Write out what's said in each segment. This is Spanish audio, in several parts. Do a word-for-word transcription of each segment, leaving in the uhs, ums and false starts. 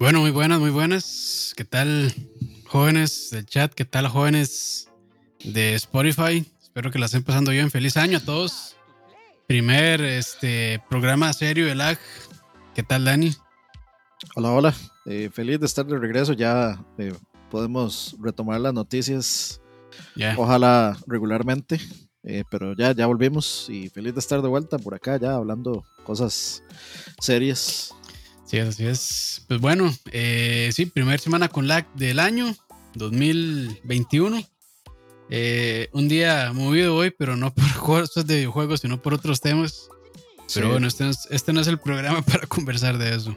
Bueno, muy buenas, muy buenas. ¿Qué tal, jóvenes del chat? ¿Qué tal, jóvenes de Spotify? Espero que la estén pasando bien. Feliz año a todos. Primer este programa serio de Lag. ¿Qué tal, Dani? Hola, hola. Eh, feliz de estar de regreso. Ya eh, podemos retomar las noticias, Ya. ojalá regularmente. Eh, pero ya, ya volvimos y feliz de estar de vuelta por acá, ya hablando cosas serias. Sí, así es. Pues bueno, eh, sí, primer semana con Lag del año dos mil veintiuno. Eh, un día movido hoy, pero no por cosas de videojuegos, sino por otros temas. Pero Sí, bueno, este no es, este no es el programa para conversar de eso.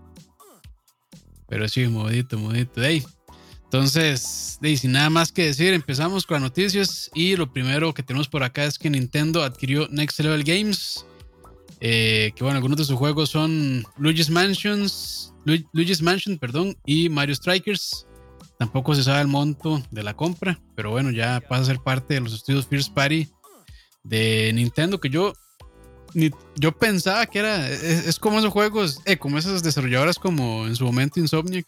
Pero sí, modito, modito. Hey, entonces, hey, sin nada más que decir, empezamos con las noticias. Y lo primero que tenemos por acá es que Nintendo adquirió Next Level Games. Eh, que bueno, algunos de sus juegos son Luigi's Mansions, Lu- Luigi's Mansion, perdón, y Mario Strikers. Tampoco se sabe el monto de la compra, pero bueno, ya pasa a ser parte de los estudios First Party de Nintendo, que yo ni, yo pensaba que era, es, es como esos juegos, eh, como esas desarrolladoras como en su momento Insomniac.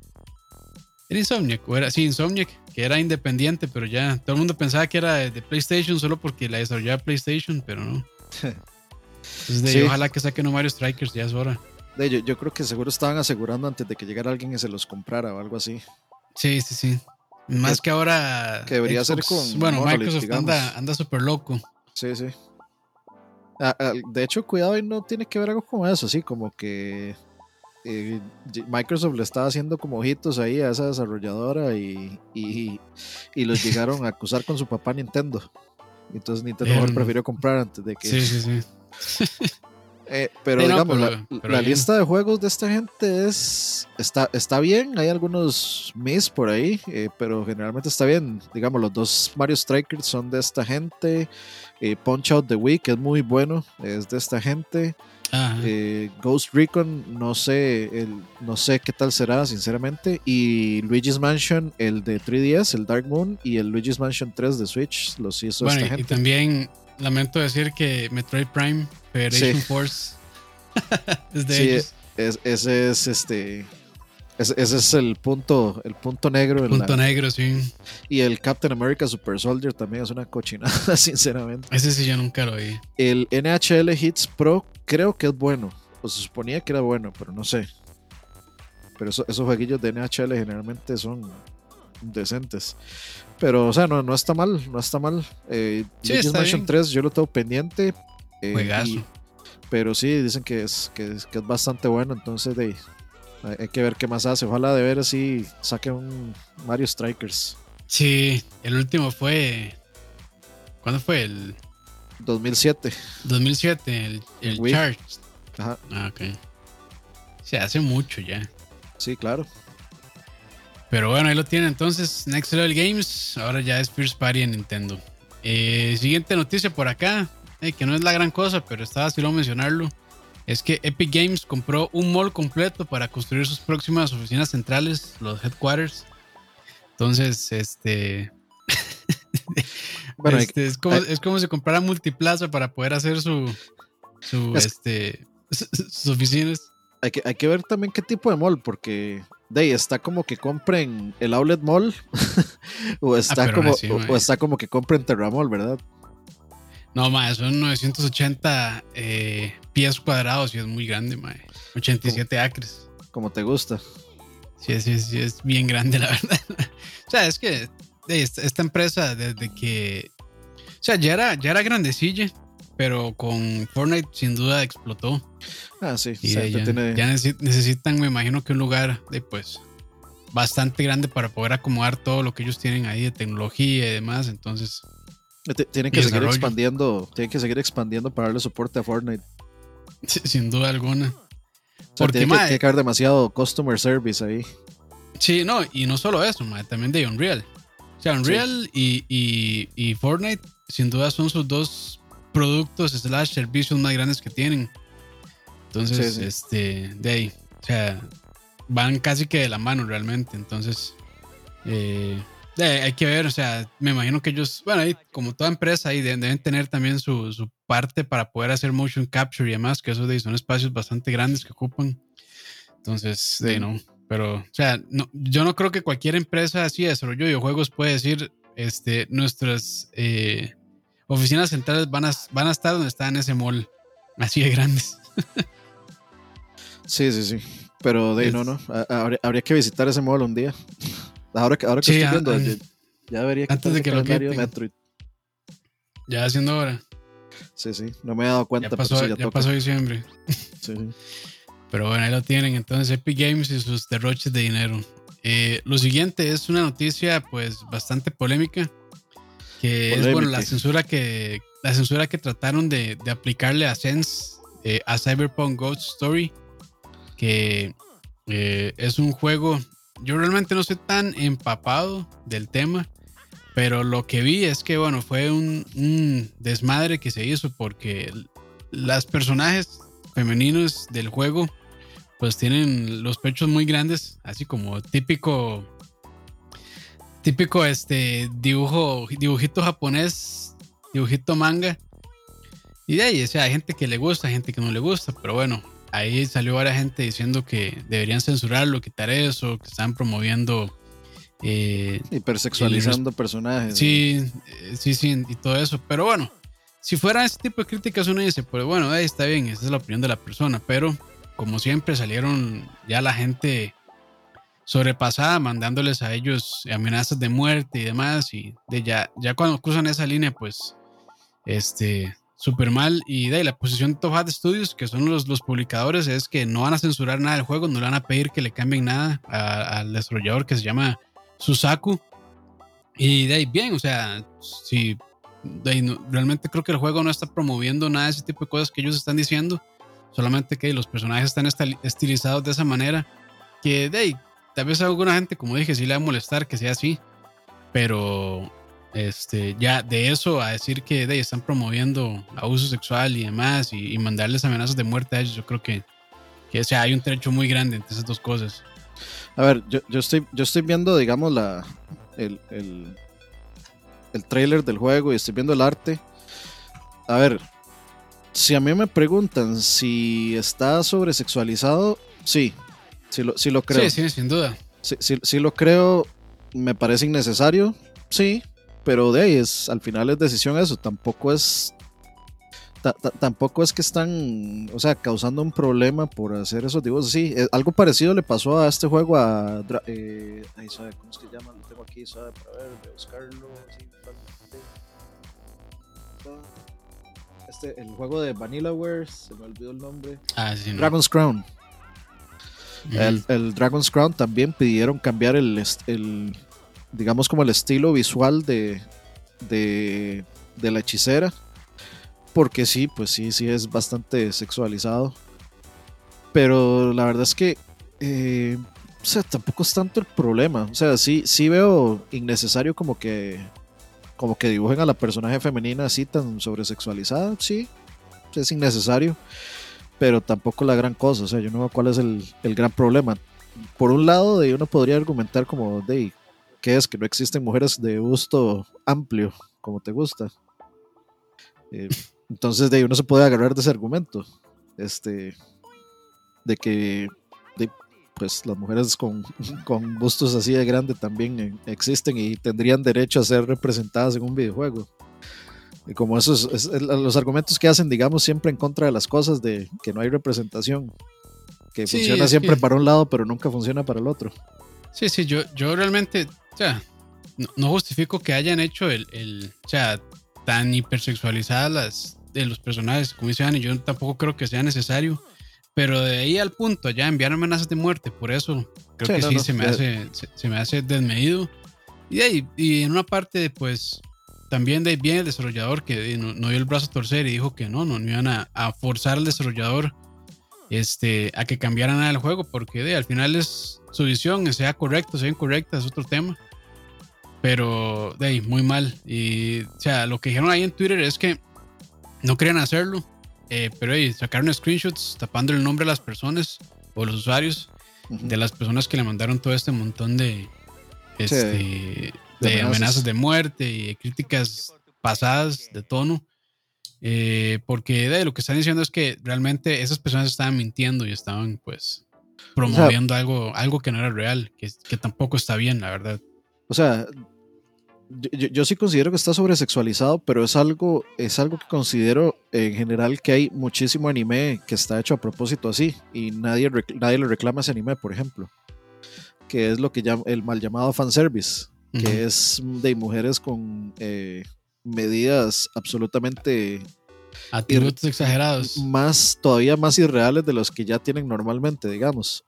Era Insomniac, o era, sí, Insomniac, que era independiente, pero ya todo el mundo pensaba que era de, de PlayStation solo porque la desarrollaba PlayStation, pero no. Entonces, de, sí. ojalá que saquen un Mario Strikers, ya es hora. De, yo, yo creo que seguro estaban asegurando antes de que llegara alguien y se los comprara o algo así. Sí, sí, sí. Que, Más que ahora que debería ser Xbox, con bueno, Monolith, Microsoft anda, digamos. anda súper loco. Sí, sí. Ah, ah, de hecho, cuidado, y no tiene que ver algo con eso, sí, como que eh, Microsoft le estaba haciendo como ojitos ahí a esa desarrolladora y, y, y los llegaron a acusar con su papá Nintendo. Entonces Nintendo mejor Em, prefirió comprar antes de que... sí, sí, sí. Eh, Sí, pero no, digamos, la, pero, pero la bien. lista de juegos de esta gente es está, está bien, hay algunos mis por ahí, eh, pero generalmente está bien. Digamos, los dos Mario Strikers son de esta gente, eh, Punch Out the Wii, que es muy bueno, es de esta gente. Ajá. Eh, Ghost Recon, no sé, el, no sé qué tal será, sinceramente. Y Luigi's Mansion, el de tres D S, el Dark Moon, y el Luigi's Mansion tres de Switch, los hizo Bueno, esta y, y gente. también lamento decir que Metroid Prime Sí, Federation Force es de sí, ellos. es, ese es este. Ese, ese es el punto, el punto El negro en punto la. negro, sí. Y el Captain America Super Soldier también es una cochinada, sinceramente. Ese sí yo nunca lo vi. El N H L Hits Pro creo que es bueno. O se suponía que era bueno, pero no sé. Pero eso- esos jueguillos de N H L generalmente son decentes. Pero, o sea, no, no está mal, no está mal. Eh, Sí, Luigi's está Mansion bien. tres yo lo tengo pendiente. eh, y, Juegazo. pero sí, dicen que es, que es, que es bastante bueno. Entonces, de, hay hay que ver qué más hace. Ojalá de ver si saque un Mario Strikers. Sí, el último fue. ¿Cuándo fue? El dos mil siete dos mil siete, el, en el Wii. Charge. Ajá, Ah, ok. Se hace mucho ya. sí, claro. Pero bueno, ahí lo tienen entonces. Next Level Games. Ahora ya es First Party en Nintendo. Eh, siguiente noticia por acá. Eh, que no es la gran cosa, pero estaba así lo mencionarlo. Es que Epic Games compró un mall completo para construir sus próximas oficinas centrales, los headquarters. Entonces, este. Bueno, hay- este es como, hay- es como si comprara Multiplaza para poder hacer su. su es, este. sus oficinas. hay, que, hay que ver también qué tipo de mall, porque de ahí está como que compren el Outlet Mall o Ah, está pero aún como así, o, o mae. está como que compren Terramall, ¿verdad? No, mae, son novecientos ochenta eh, pies cuadrados y es muy grande, mae. ochenta y Como, siete acres. como te gusta. Sí, sí, sí, es bien grande, la verdad. O sea, es que eh, esta, esta empresa, desde que. O sea, ya era, ya era grandecilla, pero con Fortnite sin duda explotó. Ah, sí, Y esa de gente ya, tiene, ya necesi- necesitan, me imagino que un lugar de pues bastante grande para poder acomodar todo lo que ellos tienen ahí de tecnología y demás. Entonces, t- tienen y que seguir desarrollo, expandiendo, tienen que seguir expandiendo para darle soporte a Fortnite. sin duda alguna. O sea, Porque, tiene que, tiene mae, que haber demasiado customer service ahí. sí, no, y no solo eso, mae, también de Unreal. O sea, Sí, Unreal y, y, y Fortnite sin duda son sus dos productos slash servicios más grandes que tienen. sí, Entonces, sí. este, de ahí, o sea, van casi que de la mano realmente. Entonces, eh, de ahí hay que ver, o sea, me imagino que ellos, bueno, ahí, como toda empresa, ahí deben, deben tener también su, su parte para poder hacer motion capture y demás, que esos de ahí son espacios bastante grandes que ocupan. Entonces, de ahí Sí. no. Pero, o sea, no, yo no creo que cualquier empresa así de desarrollo de videojuegos puede decir, este, nuestras eh, oficinas centrales van a, van a estar donde están en ese mall, así de grandes. Sí, sí, sí. Pero de ahí, no, Es, no. a- Habría, habría que visitar ese mall un día. Ahora que, ahora que sí, estoy a- viendo, a- ya, ya debería quitar antes de ese que lo calendario de quiten, Metroid. ya haciendo hora, Sí, sí. No me he dado ya cuenta, pero sí, pasó, ya ya toca. pasó diciembre. Sí, sí. Pero bueno, ahí lo tienen. Entonces, Epic Games y sus derroches de dinero. Eh, lo siguiente es una noticia, pues, bastante polémica, que es, bueno, la Polémica. censura que, la censura que trataron de, de aplicarle a Sense, eh, a Cyberpunk Ghost Story, que eh, es un juego. Yo realmente no soy tan empapado del tema, pero lo que vi es que, bueno, fue un, un desmadre que se hizo porque las personajes femeninos del juego pues tienen los pechos muy grandes, así como típico, típico este dibujo, dibujito japonés, dibujito manga. Y de ahí, o sea, hay gente que le gusta, gente que no le gusta, pero bueno, ahí salió varias gente diciendo que deberían censurarlo, quitar eso, que están promoviendo eh, el Hipersexualizando personajes. Y... sí, eh, sí, sí, y todo eso. Pero bueno, si fuera ese tipo de críticas, uno dice, pues bueno, ahí está bien, esa es la opinión de la persona, pero como siempre salieron ya la gente sobrepasada mandándoles a ellos amenazas de muerte y demás, y de ya, ya cuando cruzan esa línea, pues este súper mal. Y de ahí, la posición de Top Hat Studios, que son los, los publicadores, es que no van a censurar nada del juego, no le van a pedir que le cambien nada a- al desarrollador que se llama Susaku. Y de ahí, bien, o sea, si de ahí no- realmente creo que el juego no está promoviendo nada de ese tipo de cosas que ellos están diciendo, solamente que los personajes están estal- estilizados de esa manera, que de ahí, tal vez a alguna gente, como dije, sí le va a molestar que sea así, pero este, ya de eso a decir que de ahí están promoviendo abuso sexual y demás y, y mandarles amenazas de muerte a ellos, yo creo que, que o sea, hay un trecho muy grande entre esas dos cosas. A ver, yo, yo, estoy, yo estoy viendo, digamos, la, el, el, el trailer del juego y estoy viendo el arte. A ver, si a mí me preguntan si está sobresexualizado, sí, sí lo, sí lo Sí, creo. sí, sin duda. Sí, sí, sí lo creo, me parece innecesario, sí, pero de ahí es, al final es decisión eso, tampoco es, ta- ta- tampoco es que están, o sea, causando un problema por hacer esos dibujos. Sí, eh, algo parecido le pasó a este juego a, Dra- eh, ahí sabe, ¿cómo es que llama? Lo tengo aquí, sabe, para ver, de buscarlo, así, fácilmente. Este, el juego de Vanillaware, se me olvidó el nombre. Ah, sí, no. Dragon's Crown. Ujú. El, el Dragon's Crown también pidieron cambiar el, est- el digamos como el estilo visual de, de, de la hechicera, porque sí, pues sí, sí es bastante sexualizado, pero la verdad es que, eh, o sea, tampoco es tanto el problema, o sea, sí, sí veo innecesario como que, como que dibujen a la personaje femenina así tan sobresexualizada, sí, es innecesario, pero tampoco la gran cosa, o sea, yo no veo cuál es el, el gran problema. Por un lado, de uno podría argumentar como de que es que no existen mujeres de gusto amplio, como te gusta. Eh, entonces, de ahí uno se puede agarrar de ese argumento, este, de que de, pues las mujeres con, con gustos así de grande también eh, existen y tendrían derecho a ser representadas en un videojuego. Y como esos, es, es, los argumentos que hacen, digamos, siempre en contra de las cosas de que no hay representación, que Sí, funciona es siempre que, para un lado, pero nunca funciona para el otro. sí, sí, yo, yo realmente, o sea, no, no justifico que hayan hecho el, el, o sea, tan hipersexualizadas las de los personajes, como dice Ani, yo tampoco creo que sea necesario, pero de ahí al punto, ya enviar amenazas de muerte, por eso creo Sí, que no, sí no, se me ya, hace, se, se me hace desmedido. Y de ahí, y en una parte, pues, también de ahí viene el desarrollador que no, no dio el brazo a torcer y dijo que no, no, no iban a, a forzar al desarrollador este, a que cambiara nada del juego, porque de, al final es su visión, sea correcto, sea incorrecta, es otro tema. Pero de ahí, muy mal. Y, o sea, lo que dijeron ahí en Twitter es que no querían hacerlo, eh, pero hey, sacaron screenshots tapando el nombre de las personas o los usuarios uh-huh. de las personas que le mandaron todo este montón de, este, Sí, de, de amenazas. amenazas de muerte y de críticas pasadas de tono. Eh, porque de lo que están diciendo es que realmente esas personas estaban mintiendo y estaban pues promoviendo o sea, algo, algo que no era real, que, que tampoco está bien, la verdad. O sea, yo, yo sí considero que está sobresexualizado, pero es algo, es algo que considero en general que hay muchísimo anime que está hecho a propósito así y nadie, nadie le reclama ese anime, por ejemplo, que es lo que llama el mal llamado fanservice, uh-huh. que es de mujeres con eh, medidas absolutamente atributos ir, exagerados, más todavía más irreales de los que ya tienen normalmente, digamos.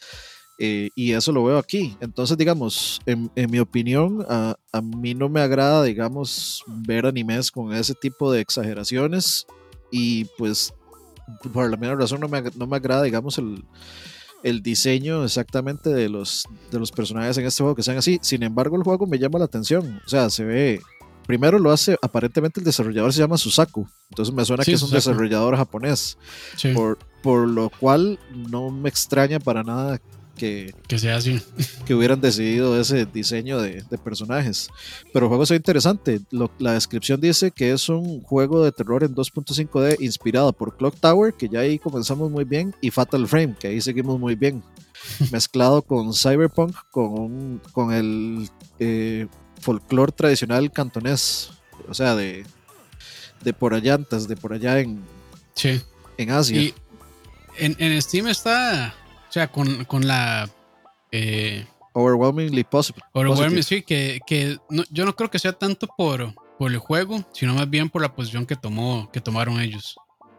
Eh, y eso lo veo aquí. Entonces, digamos, en, en mi opinión, a, a mí no me agrada, digamos, ver animes con ese tipo de exageraciones. Y pues, por la misma razón, no me, no me agrada, digamos, el, el diseño exactamente de los, de los personajes en este juego que sean así. Sin embargo, el juego me llama la atención. O sea, se ve. Primero lo hace, aparentemente el desarrollador se llama Susaku. Entonces me suena sí, que es un Susaku. desarrollador japonés. Sí. Por, por lo cual no me extraña para nada. Que, que sea así. Que hubieran decidido ese diseño de, de personajes. Pero el juego es interesante. Lo, la descripción dice que es un juego de terror en dos punto cinco D inspirado por Clock Tower, que ya ahí comenzamos muy bien, y Fatal Frame, que ahí seguimos muy bien. Mezclado con Cyberpunk, con, un, con el eh, folclore tradicional cantonés. O sea, de, de por allá, de por allá en, sí. en Asia. Y en, en Steam está... O sea, con, con la... Eh, Overwhelmingly possible. Overwhelming, sí, que, que no, yo no creo que sea tanto por, por el juego, sino más bien por la posición que tomó que tomaron ellos.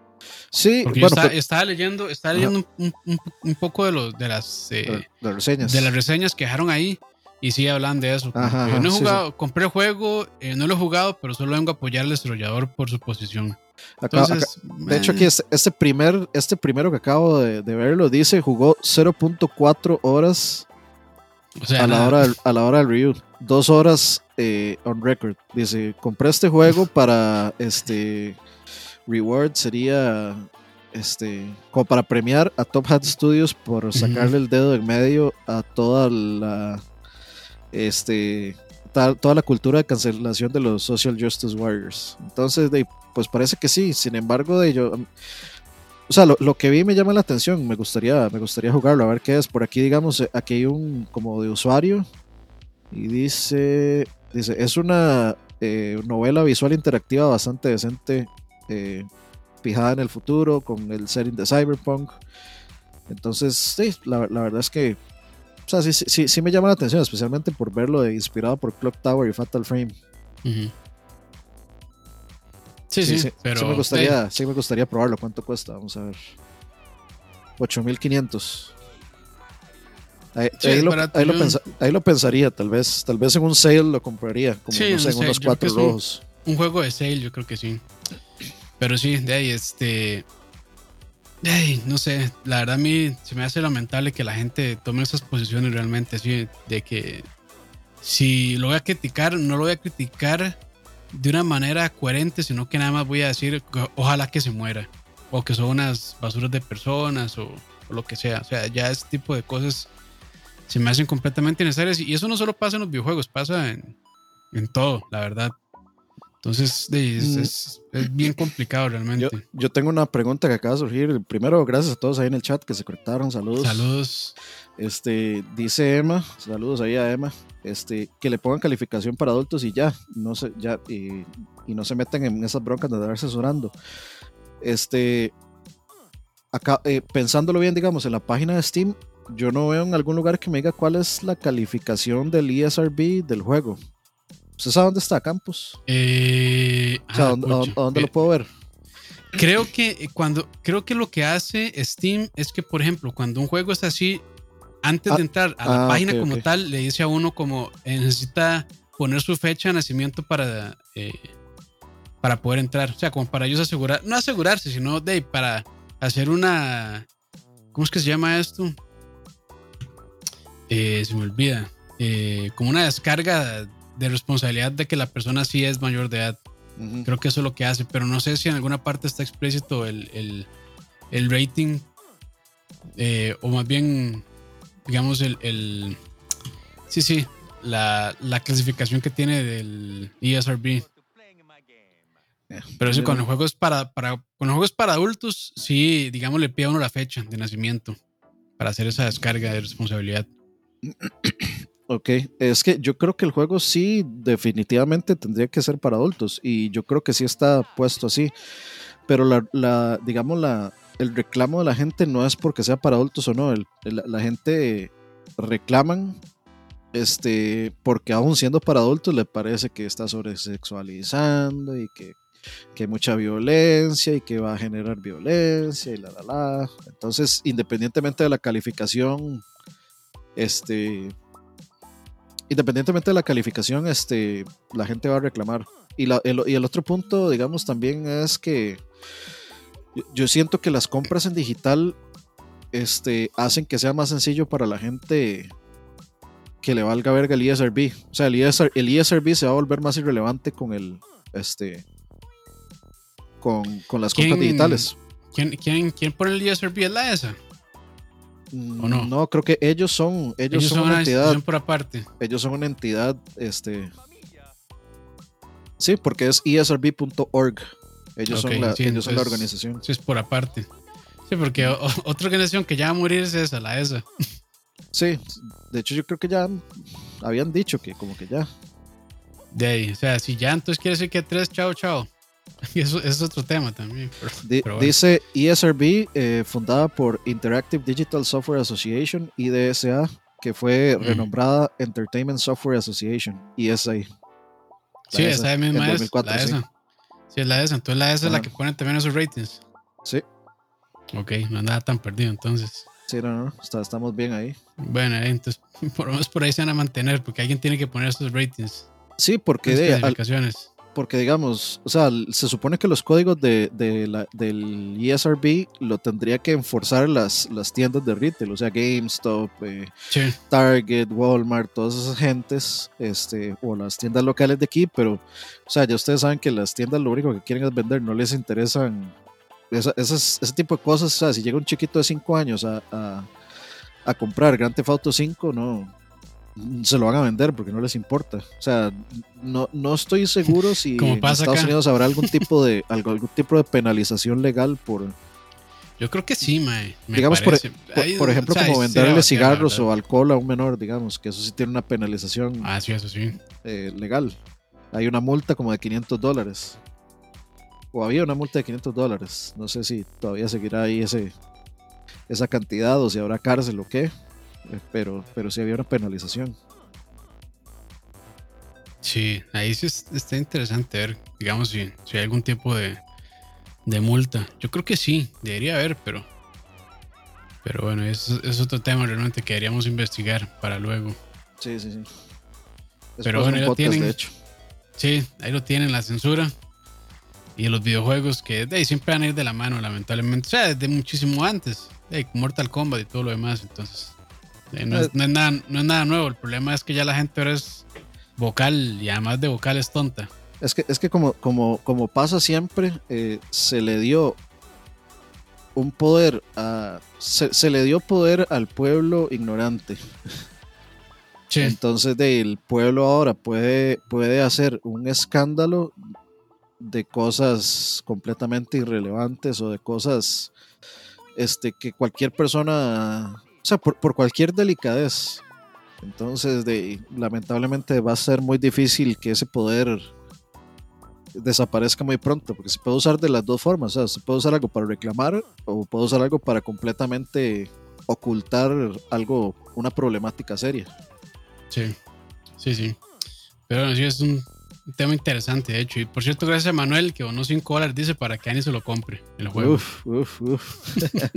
Sí, porque bueno, yo está, pero, estaba leyendo, estaba leyendo un, un, un poco de, los, de, las, eh, de, reseñas. de las reseñas que dejaron ahí y sí hablan de eso. Ajá, yo no he sí, jugado, sí. compré el juego, eh, no lo he jugado, pero solo vengo a apoyar al desarrollador por su posición. Acá, Entonces, acá, de hecho aquí este, este primer este primero que acabo de, de verlo dice jugó cero punto cuatro horas o sea, a, la hora del, a la hora del review, dos horas eh, on record. Dice, compré este juego para este reward sería este como para premiar a Top Hat Studios por sacarle uh-huh. el dedo en medio a toda la este ta, toda la cultura de cancelación de los Social Justice Warriors. Entonces de pues parece que sí, sin embargo de ello, o sea, lo, lo que vi me llama la atención, me gustaría, me gustaría jugarlo, a ver qué es. Por aquí, digamos, aquí hay un como de usuario y dice, dice es una eh, novela visual interactiva bastante decente, eh, fijada en el futuro, con el setting de Cyberpunk. Entonces, sí, la, la verdad es que, o sea, sí, sí, sí me llama la atención, especialmente por verlo de, inspirado por Clock Tower y Fatal Frame. Uh-huh. Sí, sí, sí, sí, pero sí me gustaría, eh. sí me gustaría probarlo. ¿Cuánto cuesta? Vamos a ver. ocho mil quinientos. Ahí, sí, ahí, lo, ahí, lo pensa, ahí lo pensaría, tal vez, tal vez en un sale lo compraría, como sí, no sé, en sale, unos cuatro rojos. Un, un juego de sale, yo creo que sí. Pero sí, de ahí, este, de ahí, no sé, la verdad a mí se me hace lamentable que la gente tome esas posiciones realmente, así, de que si lo voy a criticar, no lo voy a criticar de una manera coherente, sino que nada más voy a decir ojalá que se muera o que son unas basuras de personas o, o lo que sea. O sea, ya ese tipo de cosas se me hacen completamente innecesarias y eso no solo pasa en los videojuegos, pasa en, en todo, la verdad. Entonces es, es, es bien complicado realmente. Yo, yo tengo una pregunta que acaba de surgir. Primero, gracias a todos ahí en el chat que se conectaron. Saludos. Saludos. Este, dice Emma, saludos ahí a Emma, este, que le pongan calificación para adultos y ya, no se, ya y, y no se metan en esas broncas de andar asesorando. Este, acá, eh, pensándolo bien, digamos, en la página de Steam, yo no veo en algún lugar que me diga cuál es la calificación del E S R B del juego. ¿Usted sabe dónde está, Campos? Eh, o sea, ah, ¿dónde, pucha, ¿a dónde eh, lo puedo ver? Creo que cuando creo que lo que hace Steam es que, por ejemplo, cuando un juego es así, antes ah, de entrar a la ah, página okay, como okay. tal, le dice a uno como eh, necesita poner su fecha de nacimiento para, eh, para poder entrar. O sea, como para ellos asegurar, no asegurarse, sino de para hacer una, ¿cómo es que se llama esto? Eh, se me olvida. Eh, como una descarga de responsabilidad de que la persona sí es mayor de edad. Uh-huh. Creo que eso es lo que hace, pero no sé si en alguna parte está explícito el, el, el rating eh, o más bien, digamos, el, el sí, sí, la, la clasificación que tiene del E S R B. Pero eso cuando el juego es para, para, cuando el juego es para adultos, sí, digamos, le pide a uno la fecha de nacimiento. para hacer esa descarga de responsabilidad. Ok, es que yo creo que el juego sí definitivamente tendría que ser para adultos y yo creo que sí está puesto así, pero la, la digamos la, el reclamo de la gente no es porque sea para adultos o no, el, el- la gente reclaman este, porque aún siendo para adultos le parece que está sobresexualizando y que, que hay mucha violencia y que va a generar violencia y la la la. Entonces, independientemente de la calificación, este, independientemente de la calificación, este, la gente va a reclamar. Y, la, el, y el otro punto, digamos, también es que yo, yo siento que las compras en digital este, hacen que sea más sencillo para la gente que le valga verga el E S R B. O sea, el, E S R, el E S R B se va a volver más irrelevante con el este con, con las compras ¿Quién, digitales. quién, quién, quién pone el E S R B? ¿Es la ESA o no? No, creo que ellos son ellos, Ellos son son una una entidad, institución por aparte. ellos son una entidad este sí, porque es E S R B punto org. Ellos Ok, son la sí, ellos son la entonces organización. sí es por aparte. Sí, porque o- otra organización que ya va a morir es esa, la ESA. Sí, de hecho yo creo que ya habían dicho que como que ya. De ahí, o sea, si ya entonces quiere decir que tres, chao, chao. Y eso, eso es otro tema también. Pero, Di- pero bueno. dice E S R B, eh, fundada por Interactive Digital Software Association, I D S A, que fue Mm. renombrada Entertainment Software Association, I S A, Sí, la ESA, esa en misma es, dos mil cuatro, la sí. ESA. Sí, es la ESA. Entonces la ESA es la Ajá, que pone también esos ratings. sí, Ok, no andaba tan perdido entonces. sí, no, no, está- estamos bien ahí. Bueno, eh, entonces por lo menos por ahí se van a mantener porque alguien tiene que poner esos ratings, Sí, porque, esas de, al- clasificaciones. porque digamos, o sea, l- se supone que los códigos de, de la- del E S R B lo tendría que enforzar las, las tiendas de retail, o sea, GameStop, eh, Sí, Target, Walmart, todas esas gentes, este, o las tiendas locales de aquí, pero, o sea, ya ustedes saben que las tiendas lo único que quieren es vender, no les interesan esa- esas- ese tipo de cosas. O sea, si llega un chiquito de cinco años a, a, a comprar Grand Theft Auto cinco, no se lo van a vender porque no les importa. O sea, no, no estoy seguro si como en pasa Estados acá. Unidos habrá algún tipo de algo, algún tipo de penalización legal por, Yo creo que sí, mae, me digamos, por, parece. por, Ahí, por o ejemplo, sea, ahí como sí sería venderle vaciar, la cigarros verdad. o alcohol a un menor, digamos, que eso sí tiene una penalización Ah, sí, eso sí. eh, legal. Hay una multa como de quinientos dólares. O había una multa de quinientos dólares. No sé si todavía seguirá ahí ese, esa cantidad o si habrá cárcel o qué. eh, Pero, pero sí había una penalización. Sí, ahí sí es- está interesante ver, digamos, si, si hay algún tipo de, de multa. Yo creo que sí, debería haber, pero, pero bueno, es, es otro tema realmente que deberíamos investigar para luego. Sí, sí, sí. Eso Pero puede ser bueno, un ahí lo podcast, de tienen. hecho. Sí, ahí lo tienen, la censura y los videojuegos que de ahí siempre van a ir de la mano, lamentablemente. O sea, desde muchísimo antes, de Mortal Kombat y todo lo demás. Entonces, eh, no, Eh, es, no, es nada, no es nada nuevo. El problema es que ya la gente ahora es vocal y además de vocal es tonta. Es que, es que como, como, como pasa siempre, eh, se le dio un poder a, se, se le dio poder al pueblo ignorante. Sí, Entonces de, el pueblo ahora puede, puede hacer un escándalo de cosas completamente irrelevantes o de cosas este, que cualquier persona, o sea, por, por cualquier delicadez. Entonces, de, lamentablemente va a ser muy difícil que ese poder desaparezca muy pronto, porque se puede usar de las dos formas. O sea, se puede usar algo para reclamar o puede usar algo para completamente ocultar algo, una problemática seria. sí, sí, sí. Pero bueno, sí es un tema interesante, de hecho. Y por cierto, gracias a Manuel que donó cinco dólares, dice, para que Ani se lo compre, el juego. Uf, uf, uf.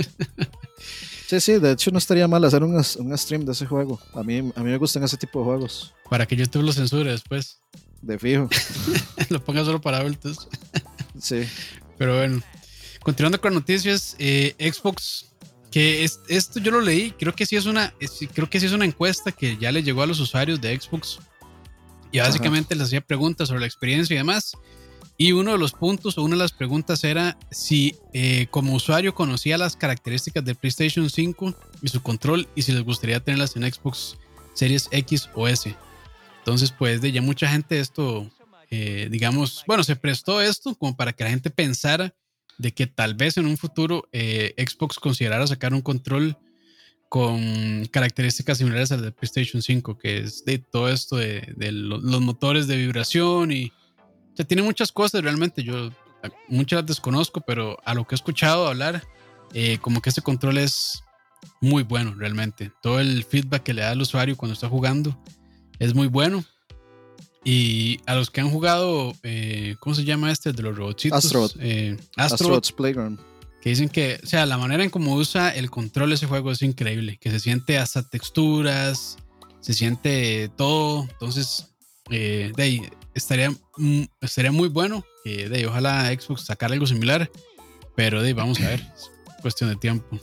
Sí, sí, de hecho no estaría mal hacer un, un stream de ese juego. A mí, a mí me gustan ese tipo de juegos. Para que YouTube lo censure después. De fijo. Lo ponga solo para adultos. Sí. Pero bueno, continuando con noticias, eh, Xbox, que es, esto yo lo leí, creo que sí es una, es- creo que sí es una encuesta que ya le llegó a los usuarios de Xbox y básicamente les hacía preguntas sobre la experiencia y demás. Y uno de los puntos o una de las preguntas era si eh, como usuario conocía las características del PlayStation cinco y su control y si les gustaría tenerlas en Xbox Series X o S. Entonces, pues de ya mucha gente esto, eh, digamos, bueno, se prestó esto como para que la gente pensara de que tal vez en un futuro eh, Xbox considerara sacar un control con características similares a las de PlayStation cinco, que es de todo esto de, de lo, los motores de vibración y o sea, tiene muchas cosas realmente. Yo muchas las desconozco, pero a lo que he escuchado hablar, eh, como que este control es muy bueno realmente. Todo el feedback que le da al usuario cuando está jugando es muy bueno. Y a los que han jugado, eh, ¿cómo se llama este? De los robotcitos. Astrobot. Eh, Astrobot. Astrobot's Playground. Que dicen que, o sea, la manera en cómo usa el control de ese juego es increíble. Que se siente hasta texturas, se siente todo. Entonces, eh, de ahí, estaría, estaría muy bueno. Que de ahí, ojalá Xbox sacara algo similar. Pero de ahí, vamos a ver. Es cuestión de tiempo.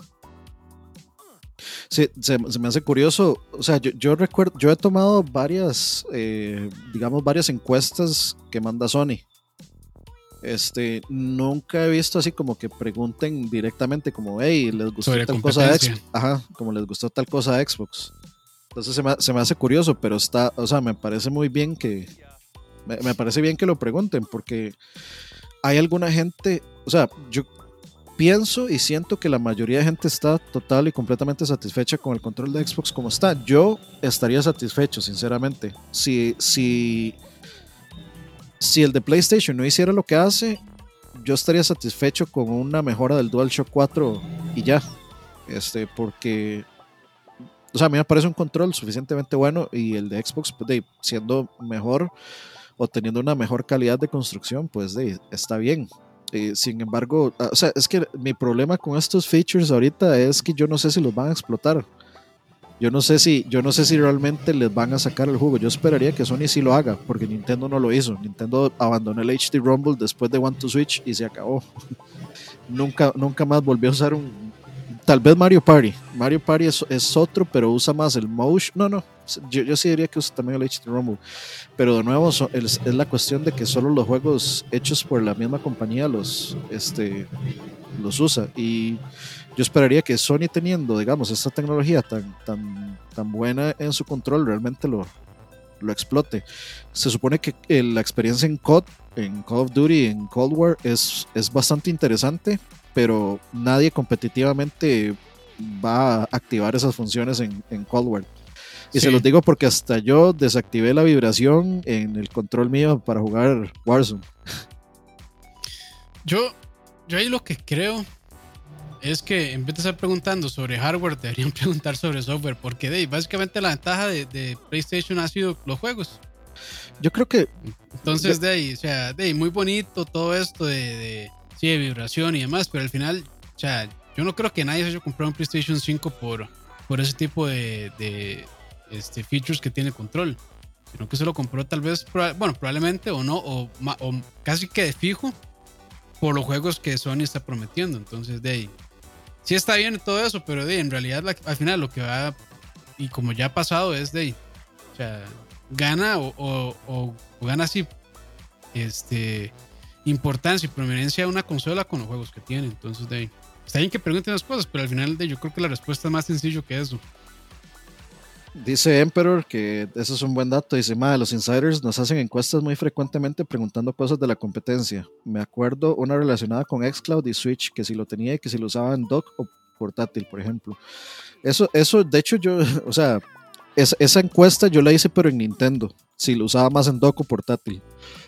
Sí, se, se me hace curioso. O sea, yo, yo recuerdo, yo he tomado varias, eh, digamos, varias encuestas que manda Sony. Este, nunca he visto así como que pregunten directamente como, hey, les gustó Sobre tal cosa de Xbox. Ajá, como les gustó tal cosa de Xbox. Entonces se me, se me hace curioso, pero está, o sea, me parece muy bien que, me, me parece bien que lo pregunten, porque hay alguna gente, o sea, yo pienso y siento que la mayoría de gente está total y completamente satisfecha con el control de Xbox como está. Yo estaría satisfecho, sinceramente. Si, si, si el de PlayStation no hiciera lo que hace, yo estaría satisfecho con una mejora del DualShock cuatro y ya. Este, porque, o sea, a mí me parece un control suficientemente bueno y el de Xbox, pues, de, siendo mejor o teniendo una mejor calidad de construcción, pues de, está bien. Eh, sin embargo, o sea, es que mi problema con estos features ahorita es que yo no sé si los van a explotar. Yo no sé si, yo no sé si realmente les van a sacar el jugo. Yo esperaría que Sony sí lo haga, porque Nintendo no lo hizo. Nintendo abandonó el H D Rumble después de One to Switch y se acabó. nunca, nunca más volvió a usar un. Tal vez Mario Party. Mario Party es, es otro, pero usa más el motion. No, no. Yo, yo sí diría que usa también el H D Rumble. Pero de nuevo, so, es, es la cuestión de que solo los juegos hechos por la misma compañía los, este, los usa. Y yo esperaría que Sony, teniendo, digamos, esta tecnología tan, tan, tan buena en su control, realmente lo, lo explote. Se supone que eh, la experiencia en C O D, en Call of Duty, en Cold War, es, es bastante interesante, pero nadie competitivamente va a activar esas funciones en, en Cold War. Y sí. Se los digo porque hasta yo desactivé la vibración en el control mío para jugar Warzone. Yo, yo ahí lo que creo es que en vez de estar preguntando sobre hardware, deberían preguntar sobre software, porque de, básicamente la ventaja de, de PlayStation ha sido los juegos. Yo creo que... Entonces, yo, de ahí, o sea, de ahí, muy bonito todo esto de, de, sí, de vibración y demás, pero al final, o sea, yo no creo que nadie se haya comprado un PlayStation cinco por, por ese tipo de... de Este, features que tiene control, sino que se lo compró tal vez, bueno, probablemente o no, o, o casi que de fijo por los juegos que Sony está prometiendo. Entonces, de ahí, sí está bien todo eso, pero de ahí, en realidad la, al final lo que va, y como ya ha pasado, es de ahí, o sea, gana o, o, o, o gana así este, importancia y prominencia de una consola con los juegos que tiene. Entonces, de ahí, está bien que pregunten las cosas, pero al final de, yo creo que la respuesta es más sencillo que eso. Dice Emperor que eso es un buen dato. Dice, madre, los insiders nos hacen encuestas muy frecuentemente preguntando cosas de la competencia. Me acuerdo una relacionada con xCloud y Switch, que si lo tenía y que si lo usaba en dock o portátil, por ejemplo. Eso, eso de hecho, yo, o sea, es, esa encuesta yo la hice, pero en Nintendo, si lo usaba más en dock o portátil.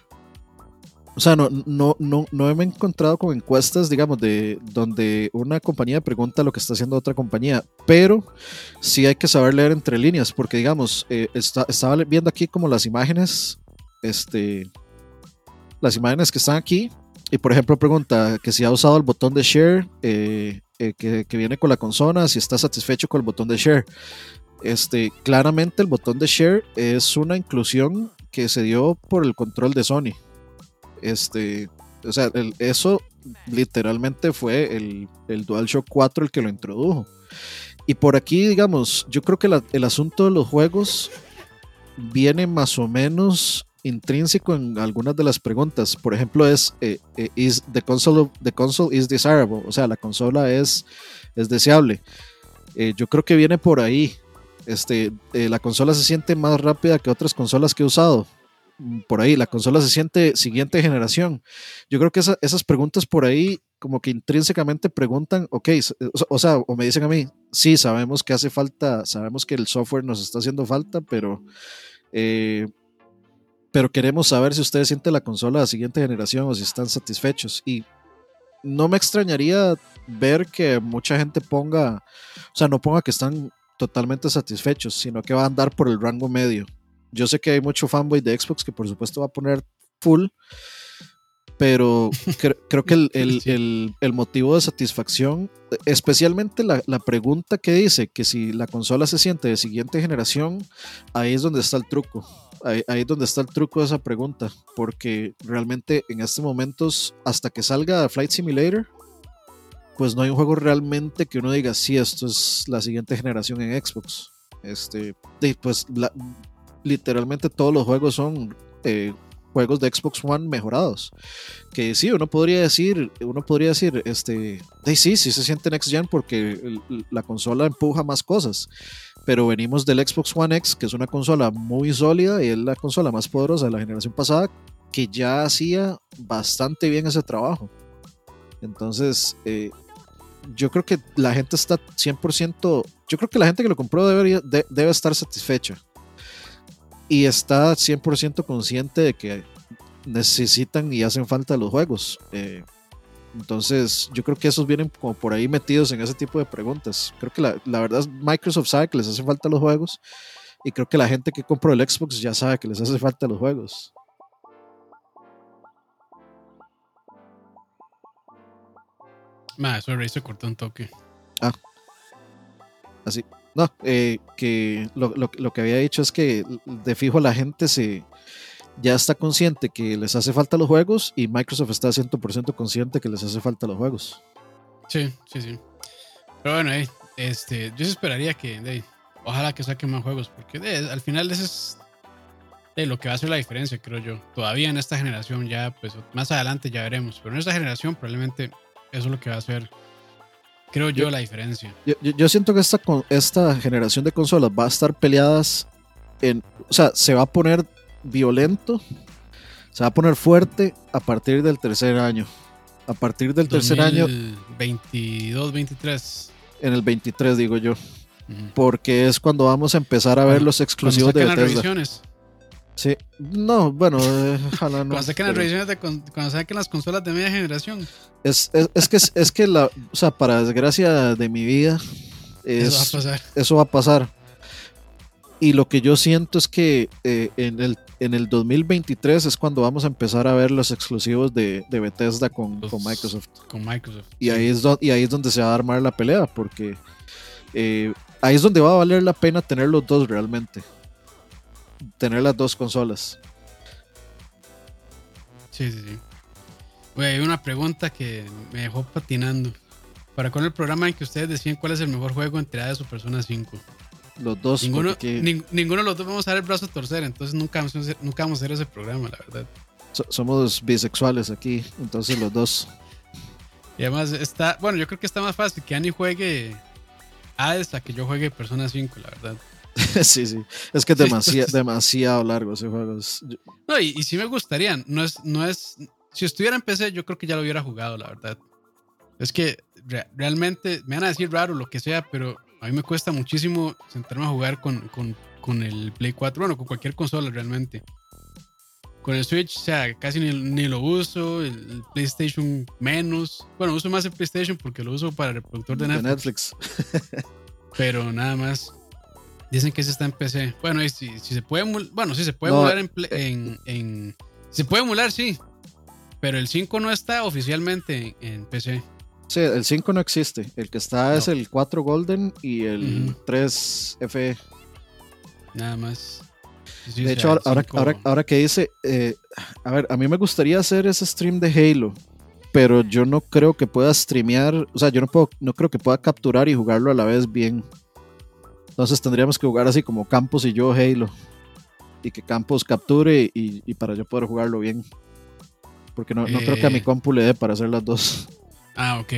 O sea, no, no, no, no me he encontrado con encuestas, digamos, de donde una compañía pregunta lo que está haciendo otra compañía, pero sí hay que saber leer entre líneas, porque, digamos, eh, está, estaba viendo aquí como las imágenes, este, las imágenes que están aquí, y por ejemplo pregunta que si ha usado el botón de share eh, eh, que, que viene con la consola, si está satisfecho con el botón de share. Este, claramente el botón de share es una inclusión que se dio por el control de Sony. Este, o sea, el, eso literalmente fue el, el DualShock cuatro el que lo introdujo. Y por aquí, digamos, yo creo que la, el asunto de los juegos viene más o menos intrínseco en algunas de las preguntas. Por ejemplo, es eh, eh, is the console, the console is desirable, o sea, la consola es, es deseable. Eh, yo creo que viene por ahí. Este, eh, la consola se siente más rápida que otras consolas que he usado. por ahí, la consola se siente siguiente generación. Yo creo que esa, esas preguntas por ahí como que intrínsecamente preguntan, ok, o, o sea, o me dicen a mí, sí, sabemos que hace falta, sabemos que el software nos está haciendo falta, pero, eh, pero queremos saber si ustedes sienten la consola de siguiente generación o si están satisfechos. Y no me extrañaría ver que mucha gente ponga, o sea, no ponga que están totalmente satisfechos, sino que va a andar por el rango medio. Yo sé que hay mucho fanboy de Xbox que por supuesto va a poner full, pero cre creo que el, el, Sí. el, el, motivo de satisfacción, especialmente la, la pregunta que dice que si la consola se siente de siguiente generación, ahí es donde está el truco. Ahí, ahí es donde está el truco de esa pregunta, porque realmente en estos momentos, hasta que salga Flight Simulator, pues no hay un juego realmente que uno diga, sí, esto es la siguiente generación en Xbox. Este, y pues la, literalmente todos los juegos son eh, juegos de Xbox One mejorados. Que sí, uno podría decir, uno podría decir, este, hey, sí, sí se siente Next Gen porque el, la consola empuja más cosas. Pero venimos del Xbox One X, que es una consola muy sólida y es la consola más poderosa de la generación pasada, que ya hacía bastante bien ese trabajo. Entonces, eh, yo creo que la gente está cien por ciento, yo creo que la gente que lo compró debería, de, debe estar satisfecha. Y está cien por ciento consciente de que necesitan y hacen falta los juegos. Eh, entonces, yo creo que esos vienen como por ahí metidos en ese tipo de preguntas. Creo que la, la verdad, Microsoft sabe que les hacen falta los juegos. Y creo que la gente que compró el Xbox ya sabe que les hace falta los juegos. Ma, sorry, se cortó un toque. Ah, así. No, eh, que lo, lo, lo que había dicho es que de fijo la gente se ya está consciente que les hace falta los juegos y Microsoft está cien por ciento consciente que les hace falta los juegos. Sí, sí, sí. Pero bueno, eh, este, yo esperaría que, eh, ojalá que saquen más juegos, porque eh, al final eso es eh, lo que va a hacer la diferencia, creo yo. Todavía en esta generación ya, pues más adelante ya veremos, pero en esta generación probablemente eso es lo que va a hacer, creo yo, yo la diferencia. Yo, yo, yo siento que esta, esta generación de consolas va a estar peleadas en, o sea, se va a poner violento, se va a poner fuerte a partir del tercer año. A partir del tercer año. veintidós, veintitrés. En el veintitrés, digo yo. Uh-huh. Porque es cuando vamos a empezar a ver bueno, los exclusivos de Bethesda. Las revisiones. Sí, no, bueno, eh, ojalá no. Cuando saquen las revisiones de cuando saquen las consolas de media generación. Es, es, es que es, es que la, o sea, para desgracia de mi vida, es, eso va a pasar. Eso va a pasar. Y lo que yo siento es que eh, en, el, en el dos mil veintitrés es cuando vamos a empezar a ver los exclusivos de, de Bethesda con, los, con Microsoft. Con Microsoft. Y, sí. ahí es do, y ahí es donde se va a armar la pelea, porque eh, ahí es donde va a valer la pena tener los dos realmente. Tener las dos consolas. Sí, sí, sí. Güey, hay una pregunta que me dejó patinando. ¿Para cuándo el programa en que ustedes decían cuál es el mejor juego entre Hades o Persona cinco? Los dos. Ninguno, porque... ning, ninguno de los dos vamos a dar el brazo a torcer, entonces nunca vamos a hacer, nunca vamos a hacer ese programa, la verdad. So, somos bisexuales aquí, entonces los dos. Y además está, bueno, yo creo que está más fácil que Ani juegue Hades a que yo juegue Persona cinco, la verdad. sí, sí. Es que es demasiado, demasiado largo ese juego. Es... No, y, y sí me gustaría. No es, no es. Si estuviera en P C, yo creo que ya lo hubiera jugado, la verdad. Es que re, realmente me van a decir raro lo que sea, pero a mí me cuesta muchísimo sentarme a jugar con, con, con el Play cuatro. Bueno, con cualquier consola realmente. Con el Switch, o sea, casi ni, ni lo uso. El, el PlayStation menos. Bueno, uso más el PlayStation porque lo uso para el reproductor de Netflix. De Netflix. Pero nada más. Dicen que ese está en P C. Bueno, y si, si se puede emular, bueno, sí se puede no, emular en, en, en. Se puede emular, sí. Pero el cinco no está oficialmente en, en P C. Sí, el cinco no existe. El que está no. es el cuatro Golden y el uh-huh. tres F E. Nada más. Sí, de hecho, ahora, ahora, ahora, ahora que dice, eh, a ver, a mí me gustaría hacer ese stream de Halo, pero yo no creo que pueda streamear, o sea, yo no puedo, no creo que pueda capturar y jugarlo a la vez bien. Entonces tendríamos que jugar así como Campos y yo Halo, y que Campos capture y, y para yo poder jugarlo bien, porque no, no eh... creo que a mi compu le dé para hacer las dos. Ah, ok.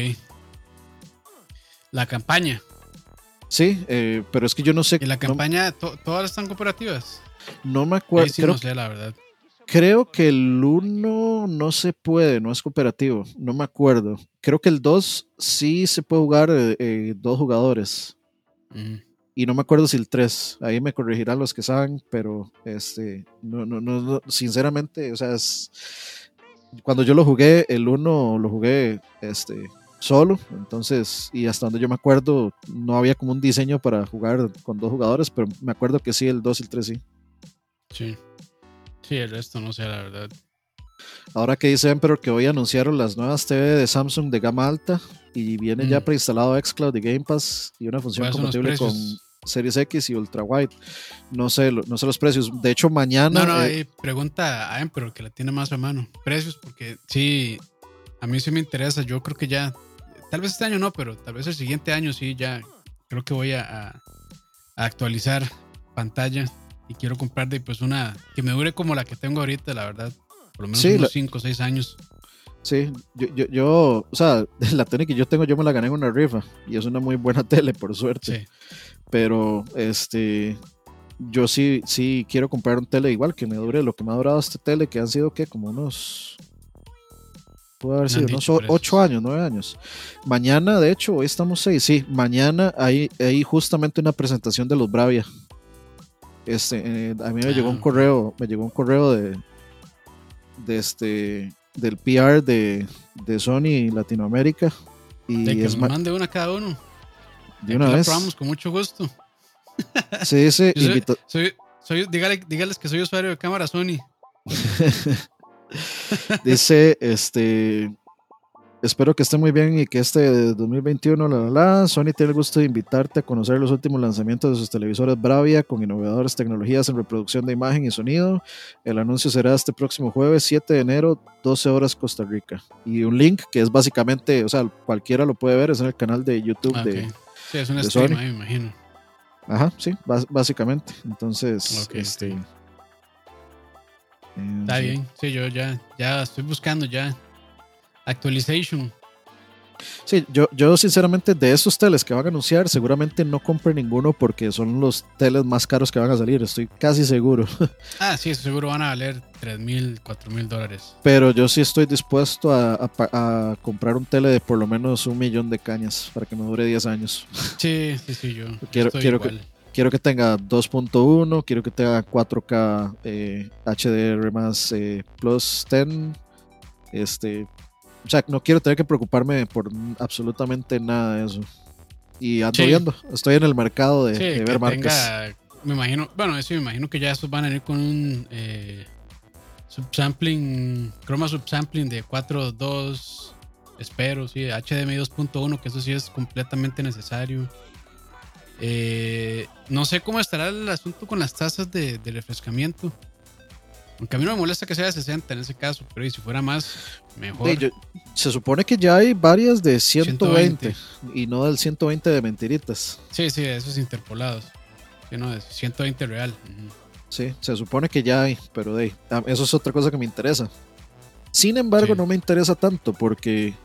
La campaña. Sí, eh, pero es que yo no sé. ¿Y la campaña no, to, todas están cooperativas? No me acuerdo. Sí, creo no sé, la verdad. Creo que el uno no se puede, no es cooperativo, no me acuerdo. Creo que el dos sí se puede jugar eh, eh, dos jugadores. Mm. Y no me acuerdo si el tres, ahí me corregirán los que saben, pero este, no, no, no, no, sinceramente, o sea, es, cuando yo lo jugué, el uno lo jugué este, solo, entonces, y hasta donde yo me acuerdo, no había como un diseño para jugar con dos jugadores, pero me acuerdo que sí, el dos y el tres sí. Sí. Sí, el resto no sé, la verdad. Ahora que dice Emperor que hoy anunciaron las nuevas T V de Samsung de gama alta y viene Mm. ya preinstalado xCloud y Game Pass y una función ¿Cuáles son los compatible con precios? Series X y Ultra Wide. No sé, lo- no sé los precios. De hecho, mañana. No, no, eh, ahí pregunta a Emperor, que la tiene más a mano. Precios, porque sí, a mí sí me interesa. Yo creo que ya, tal vez este año no, pero tal vez el siguiente año sí, ya creo que voy a, a- a actualizar pantalla y quiero comprar de pues una que me dure como la que tengo ahorita, la verdad. Por lo menos sí, la- unos cinco o seis años. sí, yo, yo, yo, o sea, la tele que yo tengo, yo me la gané en una rifa y es una muy buena tele, por suerte. Sí. Pero, este, yo sí, sí quiero comprar un tele igual que me dure lo que me ha durado este tele, que han sido, ¿qué? Como unos. Puede haber No han sido unos dicho o- ocho precios. años, nueve años. Mañana, de hecho, hoy estamos seis. Sí, mañana hay, hay justamente una presentación de los Bravia. Este, eh, a mí me llegó un Ah, ok. correo, me llegó un correo de, de este, del P R de, de Sony Latinoamérica De y que es nos ma- mande una cada uno. Y de aquí una la vez. probamos con mucho gusto. Se dice Yo soy, invita- soy, soy, dígale, dígales que soy usuario de cámara Sony. dice este. Espero que esté muy bien y que este dos mil veintiuno, la, la, la, Sony tiene el gusto de invitarte a conocer los últimos lanzamientos de sus televisores Bravia con innovadoras tecnologías en reproducción de imagen y sonido. El anuncio será este próximo jueves siete de enero, doce horas Costa Rica. Y un link que es básicamente, o sea, cualquiera lo puede ver, es en el canal de YouTube Ah, ok. de, Sí, es un de stream Sony. ahí, me imagino. Ajá, sí, bas- básicamente. Entonces, Ok, este... ok. eh, Está sí. bien. Sí, yo ya, ya estoy buscando ya. Actualization. Sí, yo, yo sinceramente de esos teles que van a anunciar, seguramente no compre ninguno porque son los teles más caros que van a salir, estoy casi seguro. Ah, sí, seguro van a valer tres mil, cuatro mil dólares. Pero yo sí estoy dispuesto a, a pa- a comprar un tele de por lo menos un millón de cañas para que me dure diez años. Sí, sí, sí, yo, yo Quiero, estoy quiero, que, igual. quiero que tenga dos punto uno, quiero que tenga cuatro K eh, H D R más eh, plus diez. Este, o sea, no quiero tener que preocuparme por absolutamente nada de eso. Y ando Sí, viendo, estoy en el mercado de, sí, de que ver marcas. tenga, me imagino, bueno, eso me imagino que ya estos van a ir con un eh, subsampling, chroma subsampling de cuatro punto dos, espero, sí, H D M I dos punto uno, que eso sí es completamente necesario. Eh, no sé cómo estará el asunto con las tasas de, de refrescamiento. Aunque a mí no me molesta que sea de sesenta en ese caso, pero y si fuera más, De, mejor. yo- se supone que ya hay varias de ciento ciento veinte veinte. y no del ciento veinte de mentiritas. Sí, sí, de esos interpolados. Sí, no, de ciento veinte real. Ujú. Sí, se supone que ya hay, pero de, ah, eso es otra cosa que me interesa. Sin embargo, Sí. no me interesa tanto porque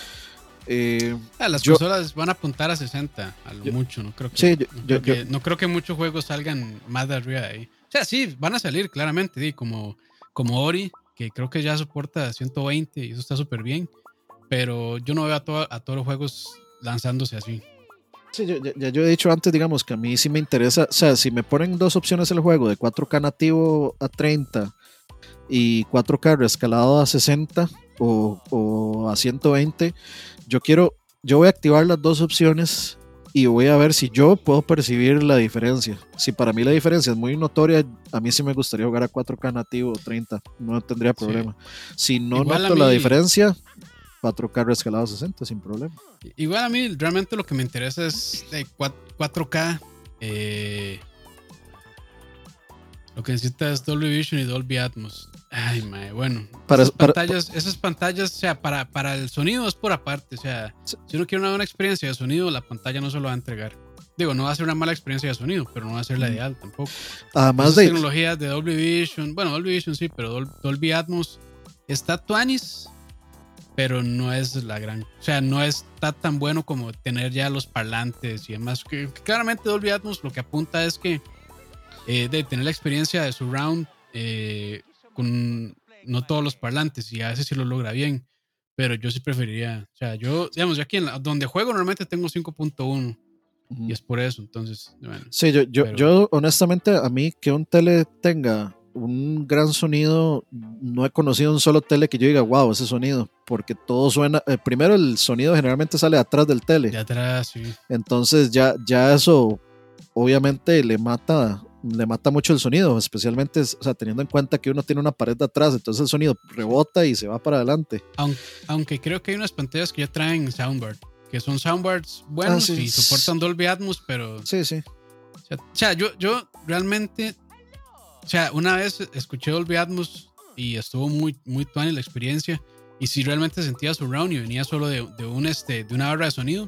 eh, Ah, las yo, consolas van a apuntar a sesenta, a lo yo- mucho. No creo que, sí, yo, no yo- creo yo- que, no creo que muchos juegos salgan más de arriba de ahí. O sea, sí, van a salir claramente, sí, como, como Ori, que creo que ya soporta ciento veinte y eso está súper bien. Pero yo no veo a, to- a todos los juegos lanzándose así. sí, yo- ya, ya yo he dicho antes, digamos, que a mí sí me interesa, o sea, si me ponen dos opciones el juego de cuatro K nativo a treinta y cuatro K rescalado a sesenta o, o a ciento veinte, yo quiero, yo voy a activar las dos opciones y voy a ver si yo puedo percibir la diferencia. Si para mí la diferencia es muy notoria, a mí sí me gustaría jugar a cuatro K nativo treinta, no tendría Sí. problema. Si no Igual a noto la mí, diferencia, cuatro K rescalado a sesenta sin problema. igual a mí realmente lo que me interesa es de cuatro K. eh, Lo que necesita es Dolby Vision y Dolby Atmos. Ay, mae, bueno. Para, esas para, pantallas, esas pantallas, o sea, para, para el sonido es por aparte. O sea, sí, si uno quiere una buena experiencia de sonido, la pantalla no se lo va a entregar. Digo, no va a ser una mala experiencia de sonido, pero no va a ser la mm, ideal tampoco. además Esas de, tecnologías de Dolby Vision, bueno, Dolby Vision sí, pero Dol- Dolby Atmos está tuanis, pero no es la gran. O sea, no está tan bueno como tener ya los parlantes y demás. Que, que claramente Dolby Atmos lo que apunta es que eh, de tener la experiencia de surround, eh, con no todos los parlantes y a veces sí lo logra bien, pero yo sí preferiría, o sea, yo, digamos, yo aquí en la, donde juego normalmente tengo cinco punto uno Ujú. y es por eso, entonces, bueno, Sí, yo, yo, pero yo honestamente a mí que un tele tenga un gran sonido, no he conocido un solo tele que yo diga, wow, ese sonido, porque todo suena, eh, primero el sonido generalmente sale atrás del tele, de atrás, sí, entonces ya, ya eso obviamente le mata, le mata mucho el sonido, especialmente, o sea, teniendo en cuenta que uno tiene una pared de atrás, entonces el sonido rebota y se va para adelante. aunque, aunque creo que hay unas pantallas que ya traen soundbar, que son soundbars Ah, buenos sí, y soportan Dolby Atmos, pero, o sí, sí. sea, o sea, yo, yo realmente, o sea, una vez escuché Dolby Atmos y estuvo muy, muy tuani la experiencia. Y si realmente sentía surround y venía solo de, de, un, este, de una barra de sonido.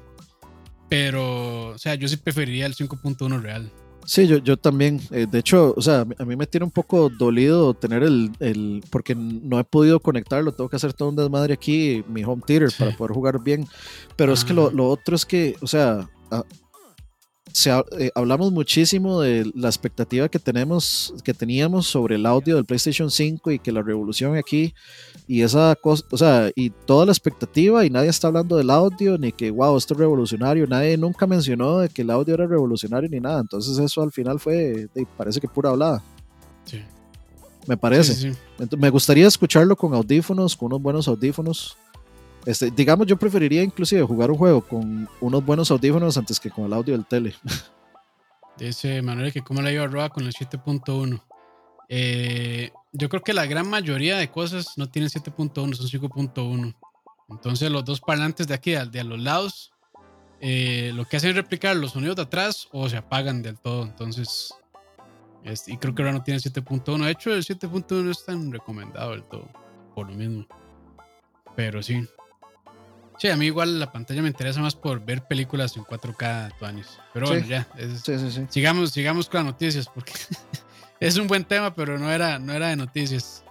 Pero, o sea, yo sí preferiría el cinco punto uno real. Sí, yo, yo también. Eh, de hecho, o sea, a mí me tiene un poco dolido tener el, el, porque no he podido conectarlo, tengo que hacer todo un desmadre aquí, mi home theater, Sí. para poder jugar bien. Pero Ah. es que lo, lo otro es que, o sea, a, se, eh, hablamos muchísimo de la expectativa que tenemos, que teníamos sobre el audio del PlayStation cinco y que la revolución aquí y esa cosa, o sea, y toda la expectativa y nadie está hablando del audio ni que wow, esto es revolucionario, nadie nunca mencionó de que el audio era revolucionario ni nada, entonces eso al final fue, de, parece que pura hablada. Sí. Me parece. Sí, sí, sí. Entonces, me gustaría escucharlo con audífonos, con unos buenos audífonos. Este, digamos, yo preferiría inclusive jugar un juego con unos buenos audífonos antes que con el audio del tele. Dice Manuel que cómo le iba a Roa con el siete punto uno. Eh, yo creo que la gran mayoría de cosas no tienen siete punto uno, son cinco punto uno. Entonces los dos parlantes de aquí, de a los lados, eh, lo que hacen es replicar los sonidos de atrás o se apagan del todo. Entonces, este, y creo que ahora no tiene siete punto uno. De hecho, el siete punto uno no es tan recomendado del todo, por lo mismo. Pero sí. Sí, a mí igual la pantalla me interesa más por ver películas en cuatro K tuanis. Pero bueno, Sí, ya. Es, sí, sí, sí. sigamos, sigamos con las noticias porque es un buen tema, pero no era, no era de noticias.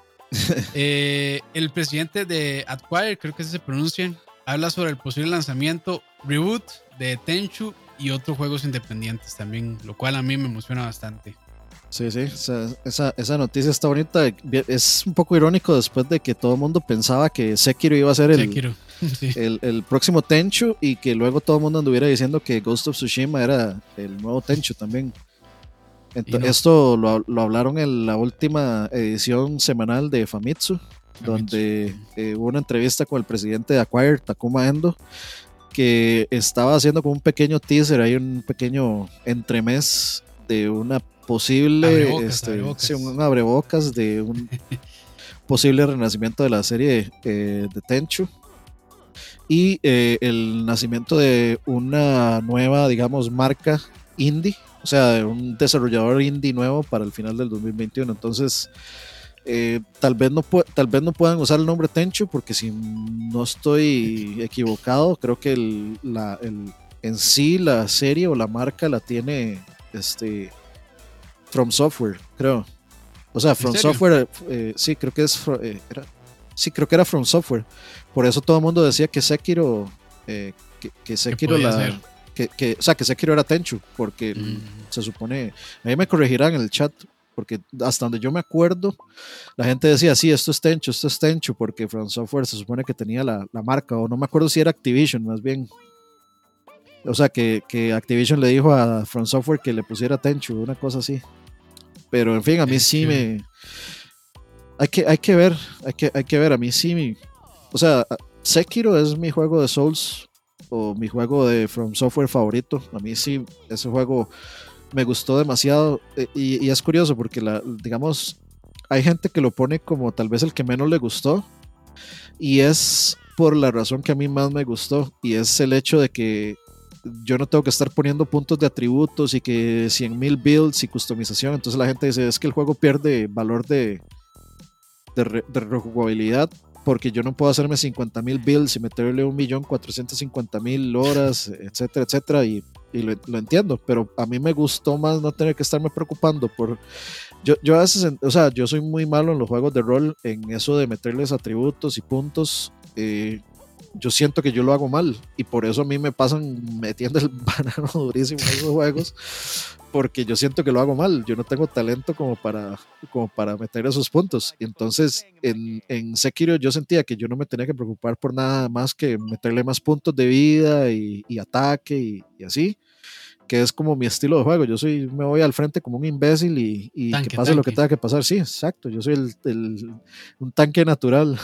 eh, el presidente de Acquire, creo que así se pronuncia, habla sobre el posible lanzamiento reboot de Tenchu y otros juegos independientes también, lo cual a mí me emociona bastante. Sí, sí, esa, esa, esa noticia está bonita. Es un poco irónico después de que todo el mundo pensaba que Sekiro iba a ser el, Sekiro, sí. el, el próximo Tenchu y que luego todo el mundo anduviera diciendo que Ghost of Tsushima era el nuevo Tenchu también. Entonces, no. Esto lo, lo hablaron en la última edición semanal de Famitsu, Famitsu. donde eh, hubo una entrevista con el presidente de Acquire, Takuma Endo, que estaba haciendo como un pequeño teaser, hay un pequeño entremés de una posible abrebocas, este, abrebocas. Sí, un abrebocas de un posible renacimiento de la serie eh, de Tenchu y eh, el nacimiento de una nueva, digamos, marca indie, o sea, un desarrollador indie nuevo para el final del dos mil veintiuno. Entonces, eh, tal, vez no tal vez no puedan usar el nombre Tenchu, porque si no estoy equivocado, creo que el, la, el, en sí la serie o la marca la tiene este From Software, creo. O sea, From Software, eh, sí, creo que es eh, era, sí, creo que era From Software. Por eso todo el mundo decía que Sekiro eh, que, que Sekiro la que, que, o sea, que Sekiro era Tenchu, porque mm. se supone, ahí me corregirán en el chat, porque hasta donde yo me acuerdo, la gente decía, sí, esto es Tenchu, esto es Tenchu, porque From Software se supone que tenía la, la marca, o no me acuerdo si era Activision, más bien. O sea, que, que Activision le dijo a From Software que le pusiera Tenchu, una cosa así. Pero en fin, a mí es sí que... me... Hay que, hay que ver, hay que, hay que ver, a mí sí me... O sea, Sekiro es mi juego de Souls o mi juego de From Software favorito. A mí sí, ese juego me gustó demasiado y, y es curioso porque, la, digamos, hay gente que lo pone como tal vez el que menos le gustó y es por la razón que a mí más me gustó y es el hecho de que yo no tengo que estar poniendo puntos de atributos y que cien mil builds y customización. Entonces la gente dice, es que el juego pierde valor de, de, re, de rejugabilidad porque yo no puedo hacerme cincuenta mil builds y meterle un millón cuatrocientos cincuenta mil horas, etcétera, etcétera. Y, y lo, lo entiendo, pero a mí me gustó más no tener que estarme preocupando por... Yo, yo a veces, o sea, yo soy muy malo en los juegos de rol en eso de meterles atributos y puntos. Eh, yo siento que yo lo hago mal y por eso a mí me pasan metiendo el banano durísimo en esos juegos, porque yo siento que lo hago mal, yo no tengo talento como para, como para meter esos puntos. Y entonces en, en Sekiro yo sentía que yo no me tenía que preocupar por nada más que meterle más puntos de vida y, y ataque y, y así, que es como mi estilo de juego. Yo soy, me voy al frente como un imbécil y, y Tanque, que pase tanque. lo que tenga que pasar. Sí, exacto, yo soy el, el, un tanque natural.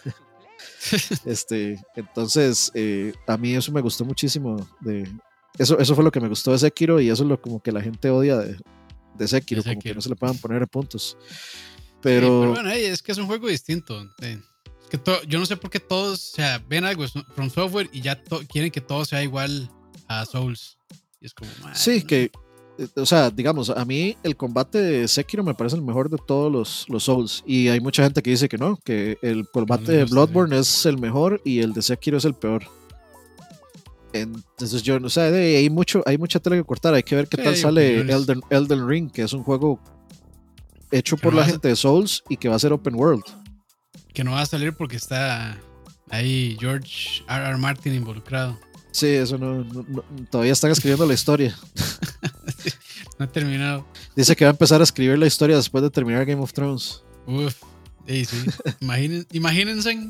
Este, entonces, eh, a mí eso me gustó muchísimo. De, eso, eso fue lo que me gustó de Sekiro y eso es lo como que la gente odia de, de Sekiro, De como que Sekiro. no se le puedan poner puntos. Pero, sí, Pero, pero bueno, hey, es que es un juego distinto. Eh, es que to, yo no sé por qué todos, o sea, ven algo From Software y ya to, quieren que todo sea igual a Souls. Y es como, sí, no. que, o sea, digamos, a mí el combate de Sekiro me parece el mejor de todos los, los Souls. Y hay mucha gente que dice que no, que el combate de Bloodborne es el mejor y el de Sekiro es el peor. Entonces yo no sé, hay mucho, hay mucha tela que cortar, hay que ver qué Sí, tal sale opiniones. Elden, Elden Ring, que es un juego hecho Que por no la vas a- gente de Souls y que va a ser open world. Que no va a salir porque está ahí George R. R. Martin involucrado. Sí, eso no, no- no- todavía están escribiendo la historia. No ha terminado. Dice que va a empezar a escribir la historia después de terminar Game of Thrones. Uf, sí, sí. Imaginen, imagínense.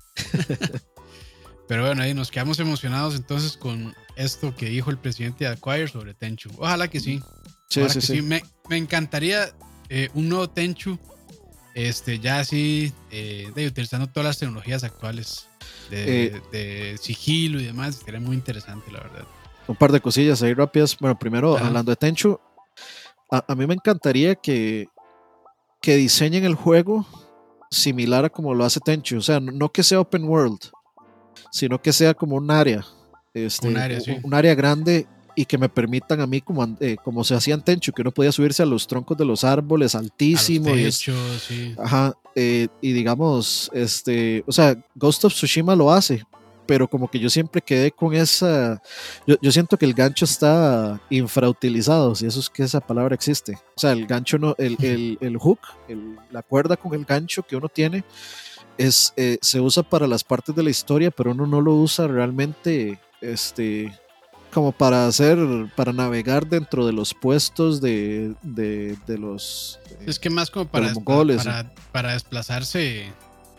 Pero bueno, ahí nos quedamos emocionados entonces con esto que dijo el presidente de Acquire sobre Tenchu. Ojalá que sí. Sí, Ojalá sí, que sí. sí. Me, me encantaría eh, un nuevo Tenchu, este, ya así, eh, de, utilizando todas las tecnologías actuales de, Eh, de sigilo y demás. Sería muy interesante, la verdad. un par de cosillas ahí rápidas. Bueno, primero, Ajá. hablando de Tenchu, a, a mí me encantaría que, que diseñen el juego similar a como lo hace Tenchu. O sea, no, no que sea open world, sino que sea como un área, Un este, área, un, sí. un área grande y que me permitan a mí, como, eh, como se hacía en Tenchu, que uno podía subirse a los troncos de los árboles A los altísimo y es, techos, sí. ajá, eh, y digamos, este, o sea, Ghost of Tsushima lo hace, pero como que yo siempre quedé con esa, yo, yo siento que el gancho está infrautilizado, si eso es que esa palabra existe. O sea, el gancho no, el, el, el hook, el, la cuerda con el gancho que uno tiene, es, eh, se usa para las partes de la historia, pero uno no lo usa realmente, este, como para hacer, para navegar dentro de los puestos de, de, de los, eh, Es que más como de para, los despla- mongoles. para, para desplazarse.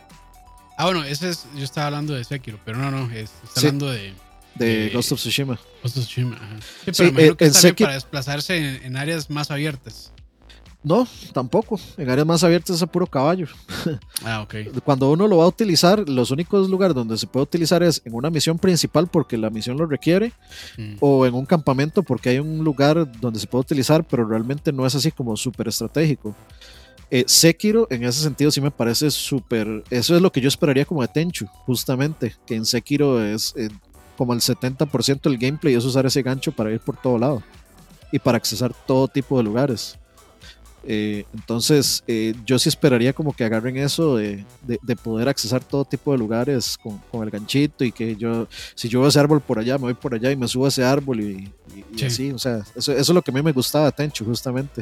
Ah, bueno, ese es. Yo estaba hablando de Sekiro, pero no, no. Es, está Sí, hablando de. de de Ghost of Tsushima. Ghost of Tsushima, ajá. Sí, pero Sí, imagino eh, que en es también Sekiro, para desplazarse en, en áreas más abiertas. no, tampoco. En áreas más abiertas es a puro caballo. Ah, ok. Cuando uno lo va a utilizar, los únicos lugares donde se puede utilizar es en una misión principal porque la misión lo requiere, Mm. o en un campamento porque hay un lugar donde se puede utilizar, pero realmente no es así como súper estratégico. Eh, Sekiro en ese sentido sí me parece súper, eso es lo que yo esperaría como de Tenchu, justamente, que en Sekiro es eh, como el setenta por ciento del gameplay es usar ese gancho para ir por todo lado y para accesar todo tipo de lugares. Eh, entonces, eh, yo sí esperaría como que agarren eso de, de, de poder accesar todo tipo de lugares con, con, el ganchito y que yo, si yo veo ese árbol por allá, me voy por allá y me subo a ese árbol y, y, y Sí. así, o sea, eso, eso es lo que a mí me gustaba de Tenchu, justamente.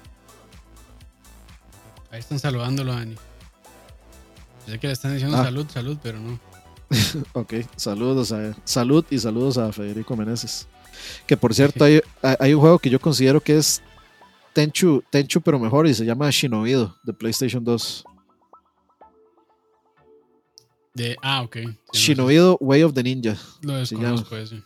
Ahí están saludándolo, Dani. Yo sé que le están diciendo Ah. salud, salud, pero no. Ok, saludos a salud y saludos a Federico Meneses. Que por cierto, hay, hay un juego que yo considero que es Tenchu, Tenchu, pero mejor, y se llama Shinobido de PlayStation dos. De, ah, ok. Sí, no, Shinobido Way of the Ninja. lo desconozco ese.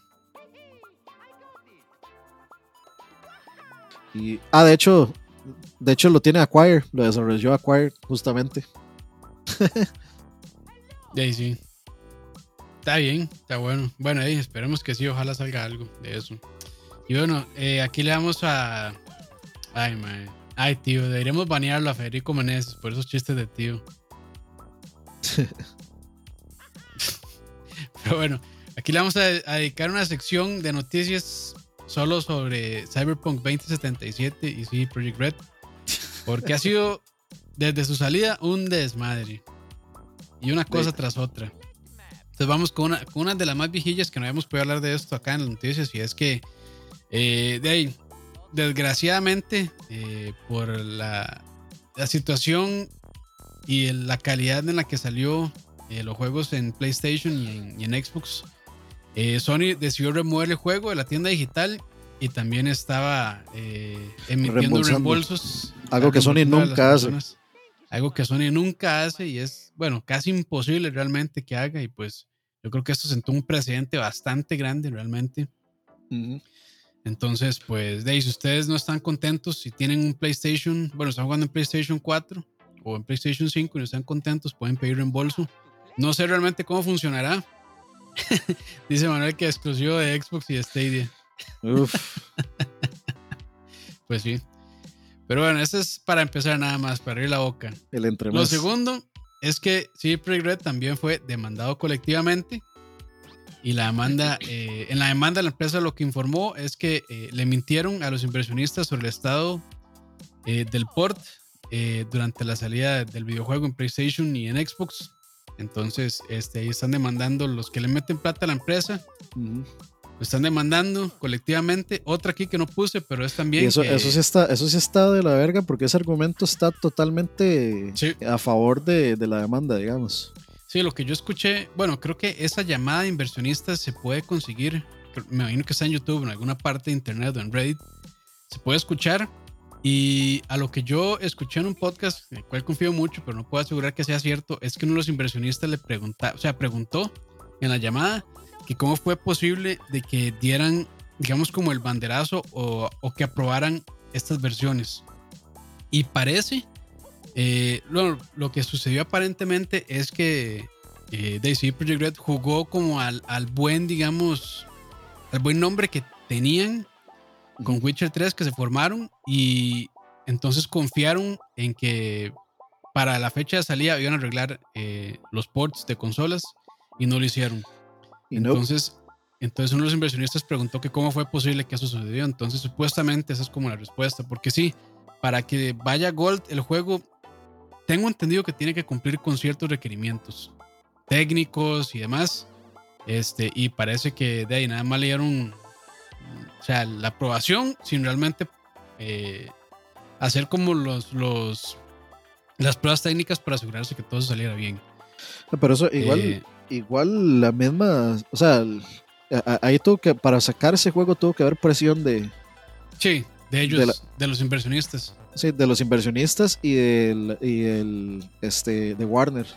Y, ah, de hecho, de hecho lo tiene Acquire, lo desarrolló Acquire justamente. De ahí sí. Está bien, está bueno. Bueno, ahí esperemos que sí, ojalá salga algo de eso. Y bueno, eh, aquí le damos a. Ay, man. Ay, tío, deberíamos banearlo a Federico Meneses por esos chistes de tío. Pero bueno, aquí le vamos a, a dedicar una sección de noticias solo sobre Cyberpunk veinte setenta y siete y sí, Project Red. Porque ha sido desde su salida un desmadre. Y una cosa sí. tras otra. Entonces vamos con una, con una de las más viejillas que no habíamos podido hablar de esto acá en las noticias. Y es que eh, de ahí, desgraciadamente, eh, por la, la situación y la calidad en la que salió eh, los juegos en PlayStation y en, y en Xbox, eh, Sony decidió remover el juego de la tienda digital y también estaba eh, emitiendo reembolsos. Algo que Sony nunca hace. Algo que Sony nunca hace y es, bueno, casi imposible realmente que haga. Y pues yo creo que esto sentó un precedente bastante grande realmente. Uh-huh. Entonces, pues, de ahí, si ustedes no están contentos, si tienen un PlayStation, bueno, están jugando en PlayStation cuatro o en PlayStation cinco y no están contentos, pueden pedir reembolso. No sé realmente cómo funcionará. Dice Manuel que es exclusivo de Xbox y de Stadia. Uf. Pues sí. Pero bueno, eso es para empezar nada más, para abrir la boca. El entremés. Lo segundo es que C D Projekt Red también fue demandado colectivamente. Y la demanda, eh, en la demanda la empresa lo que informó es que eh, le mintieron a los inversionistas sobre el estado eh, del port eh, durante la salida del videojuego en PlayStation y en Xbox. Entonces, este, ahí están demandando los que le meten plata a la empresa. Uh-huh. Lo están demandando colectivamente. Otra aquí que no puse, pero es también. Y eso, que, eso, sí está, eso sí está de la verga, porque ese argumento está totalmente sí. a favor de, de la demanda, digamos. Sí, lo que yo escuché, bueno, creo que esa llamada de inversionistas se puede conseguir, me imagino que está en YouTube, en alguna parte de internet o en Reddit, se puede escuchar. Y a lo que yo escuché en un podcast, en el cual confío mucho, pero no puedo asegurar que sea cierto, es que uno de los inversionistas le pregunta, o sea, preguntó en la llamada que cómo fue posible de que dieran, digamos, como el banderazo o, o que aprobaran estas versiones. Y parece, eh, lo, lo que sucedió aparentemente es que eh, C D Projekt Red jugó como al, al buen, digamos, al buen nombre que tenían con Witcher tres, que se formaron, y entonces confiaron en que para la fecha de salida iban a arreglar eh, los ports de consolas y no lo hicieron. Y entonces, no. entonces uno de los inversionistas preguntó que cómo fue posible que eso sucedió. Entonces supuestamente esa es como la respuesta, porque sí, para que vaya Gold el juego, tengo entendido que tiene que cumplir con ciertos requerimientos técnicos y demás, este, y parece que de ahí nada más le dieron, o sea, la aprobación sin realmente eh, hacer como los, los las pruebas técnicas para asegurarse que todo saliera bien. Pero eso igual, eh, igual la misma, o sea, ahí tuvo que, para sacar ese juego tuvo que haber presión de... Sí, de ellos, de, la, de los inversionistas. Sí, de los inversionistas y del, y el, este, de Warner.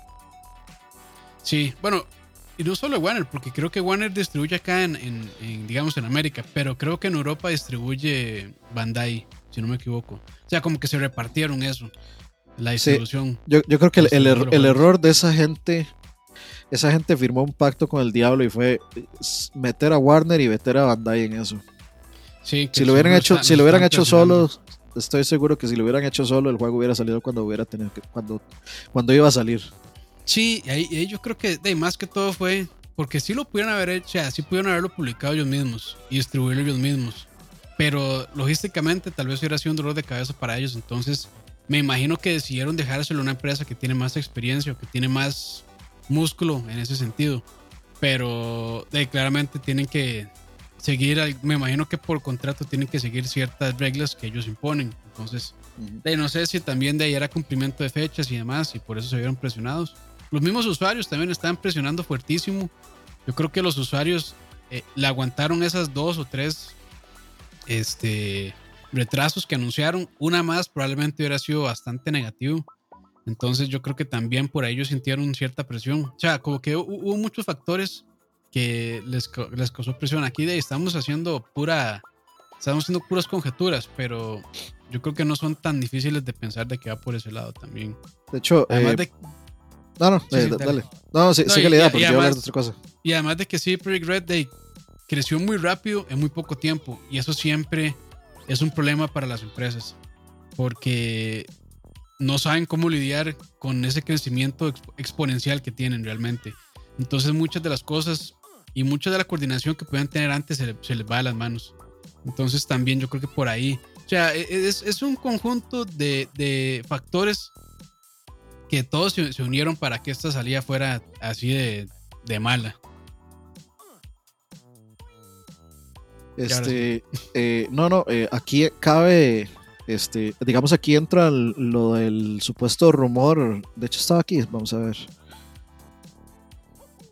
Sí, bueno, y no solo Warner, porque creo que Warner distribuye acá en, en, en, digamos, en América, pero creo que en Europa distribuye Bandai, si no me equivoco. O sea, como que se repartieron eso, la distribución. Sí, yo, yo creo que el, el, er, el error de esa gente, esa gente firmó un pacto con el diablo y fue meter a Warner y meter a Bandai en eso. Sí, si lo hubieran hecho, si lo hubieran hecho solo, estoy seguro que si lo hubieran hecho solo, el juego hubiera salido cuando hubiera tenido que, cuando, cuando iba a salir. Sí, y ahí, ahí yo creo que de más que todo fue porque sí lo pudieron haber hecho, o sea, sí pudieron haberlo publicado ellos mismos y distribuirlo ellos mismos, pero logísticamente tal vez hubiera sido un dolor de cabeza para ellos. Entonces me imagino que decidieron dejárselo a una empresa que tiene más experiencia o que tiene más músculo en ese sentido, pero de, claramente tienen que seguir, me imagino que por contrato tienen que seguir ciertas reglas que ellos imponen. Entonces uh-huh. de, no sé si también de ahí era cumplimiento de fechas y demás y por eso se vieron presionados. Los mismos usuarios también estaban presionando fuertísimo. Yo creo que los usuarios eh, le aguantaron esas dos o tres este, retrasos que anunciaron. Una más probablemente hubiera sido bastante negativo. Entonces yo creo que también por ahí ellos sintieron cierta presión. O sea, como que hubo muchos factores que les, les causó presión. Aquí de ahí estamos haciendo pura, estamos haciendo puras conjeturas, pero yo creo que no son tan difíciles de pensar de que va por ese lado también. De hecho, además eh, de No, no, sí, eh, sí, dale. dale. No, sí, no, sigue la idea, porque yo voy a hablar de otra cosa. Y además de que C D Projekt Red Day creció muy rápido en muy poco tiempo. Y eso siempre es un problema para las empresas. Porque no saben cómo lidiar con ese crecimiento exp- exponencial que tienen realmente. Entonces muchas de las cosas y mucha de la coordinación que podían tener antes se, se les va de las manos. Entonces también yo creo que por ahí, o sea, es, es un conjunto de, de factores que todos se, se unieron para que esta salida fuera así de, de mala. Este, eh, no, no, eh, aquí cabe, este, digamos, aquí entra lo del supuesto rumor. De hecho, estaba aquí, vamos a ver.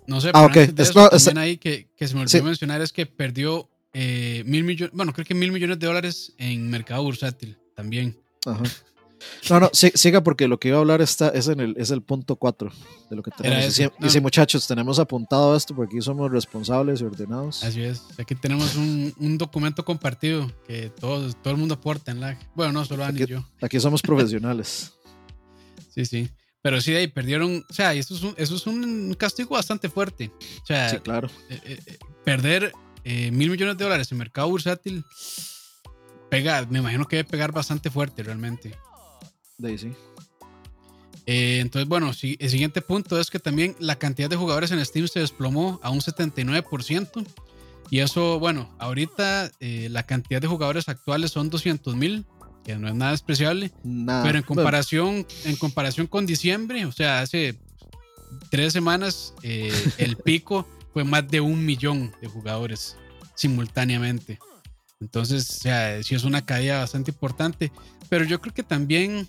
No sé, Ah, pero ok. antes de Es, eso, no, es- también ahí que, que se me olvidó sí, mencionar es que perdió eh, mil millones, bueno, creo que mil millones de dólares en mercado bursátil también. ajá. No, no, sí- siga porque lo que iba a hablar está, es, en el, es el punto cuatro de lo que Era tenemos. Y sí, eso. y No, sí, muchachos, tenemos apuntado esto porque aquí somos responsables y ordenados. así es. Aquí tenemos un, un documento compartido que todo, todo el mundo aporta en lag. Bueno, no, solo Ani Aquí, y yo. aquí somos profesionales. Sí, sí. Pero sí, de ahí perdieron. O sea, eso es un, eso es un castigo bastante fuerte. O sea, Sí, eh, claro. eh, eh, perder eh, mil millones de dólares en mercado bursátil pega, me imagino que debe pegar bastante fuerte realmente. De ahí sí. Eh, entonces, bueno, sí, el siguiente punto es que también la cantidad de jugadores en Steam se desplomó a un setenta y nueve por ciento. Y eso, bueno, ahorita eh, la cantidad de jugadores actuales son doscientos mil, que no es nada despreciable. Pero Nada. en Bueno, comparación, en comparación con diciembre, o sea, hace tres semanas, eh, el pico fue más de un millón de jugadores simultáneamente. Entonces, o sea, sí es una caída bastante importante. Pero yo creo que también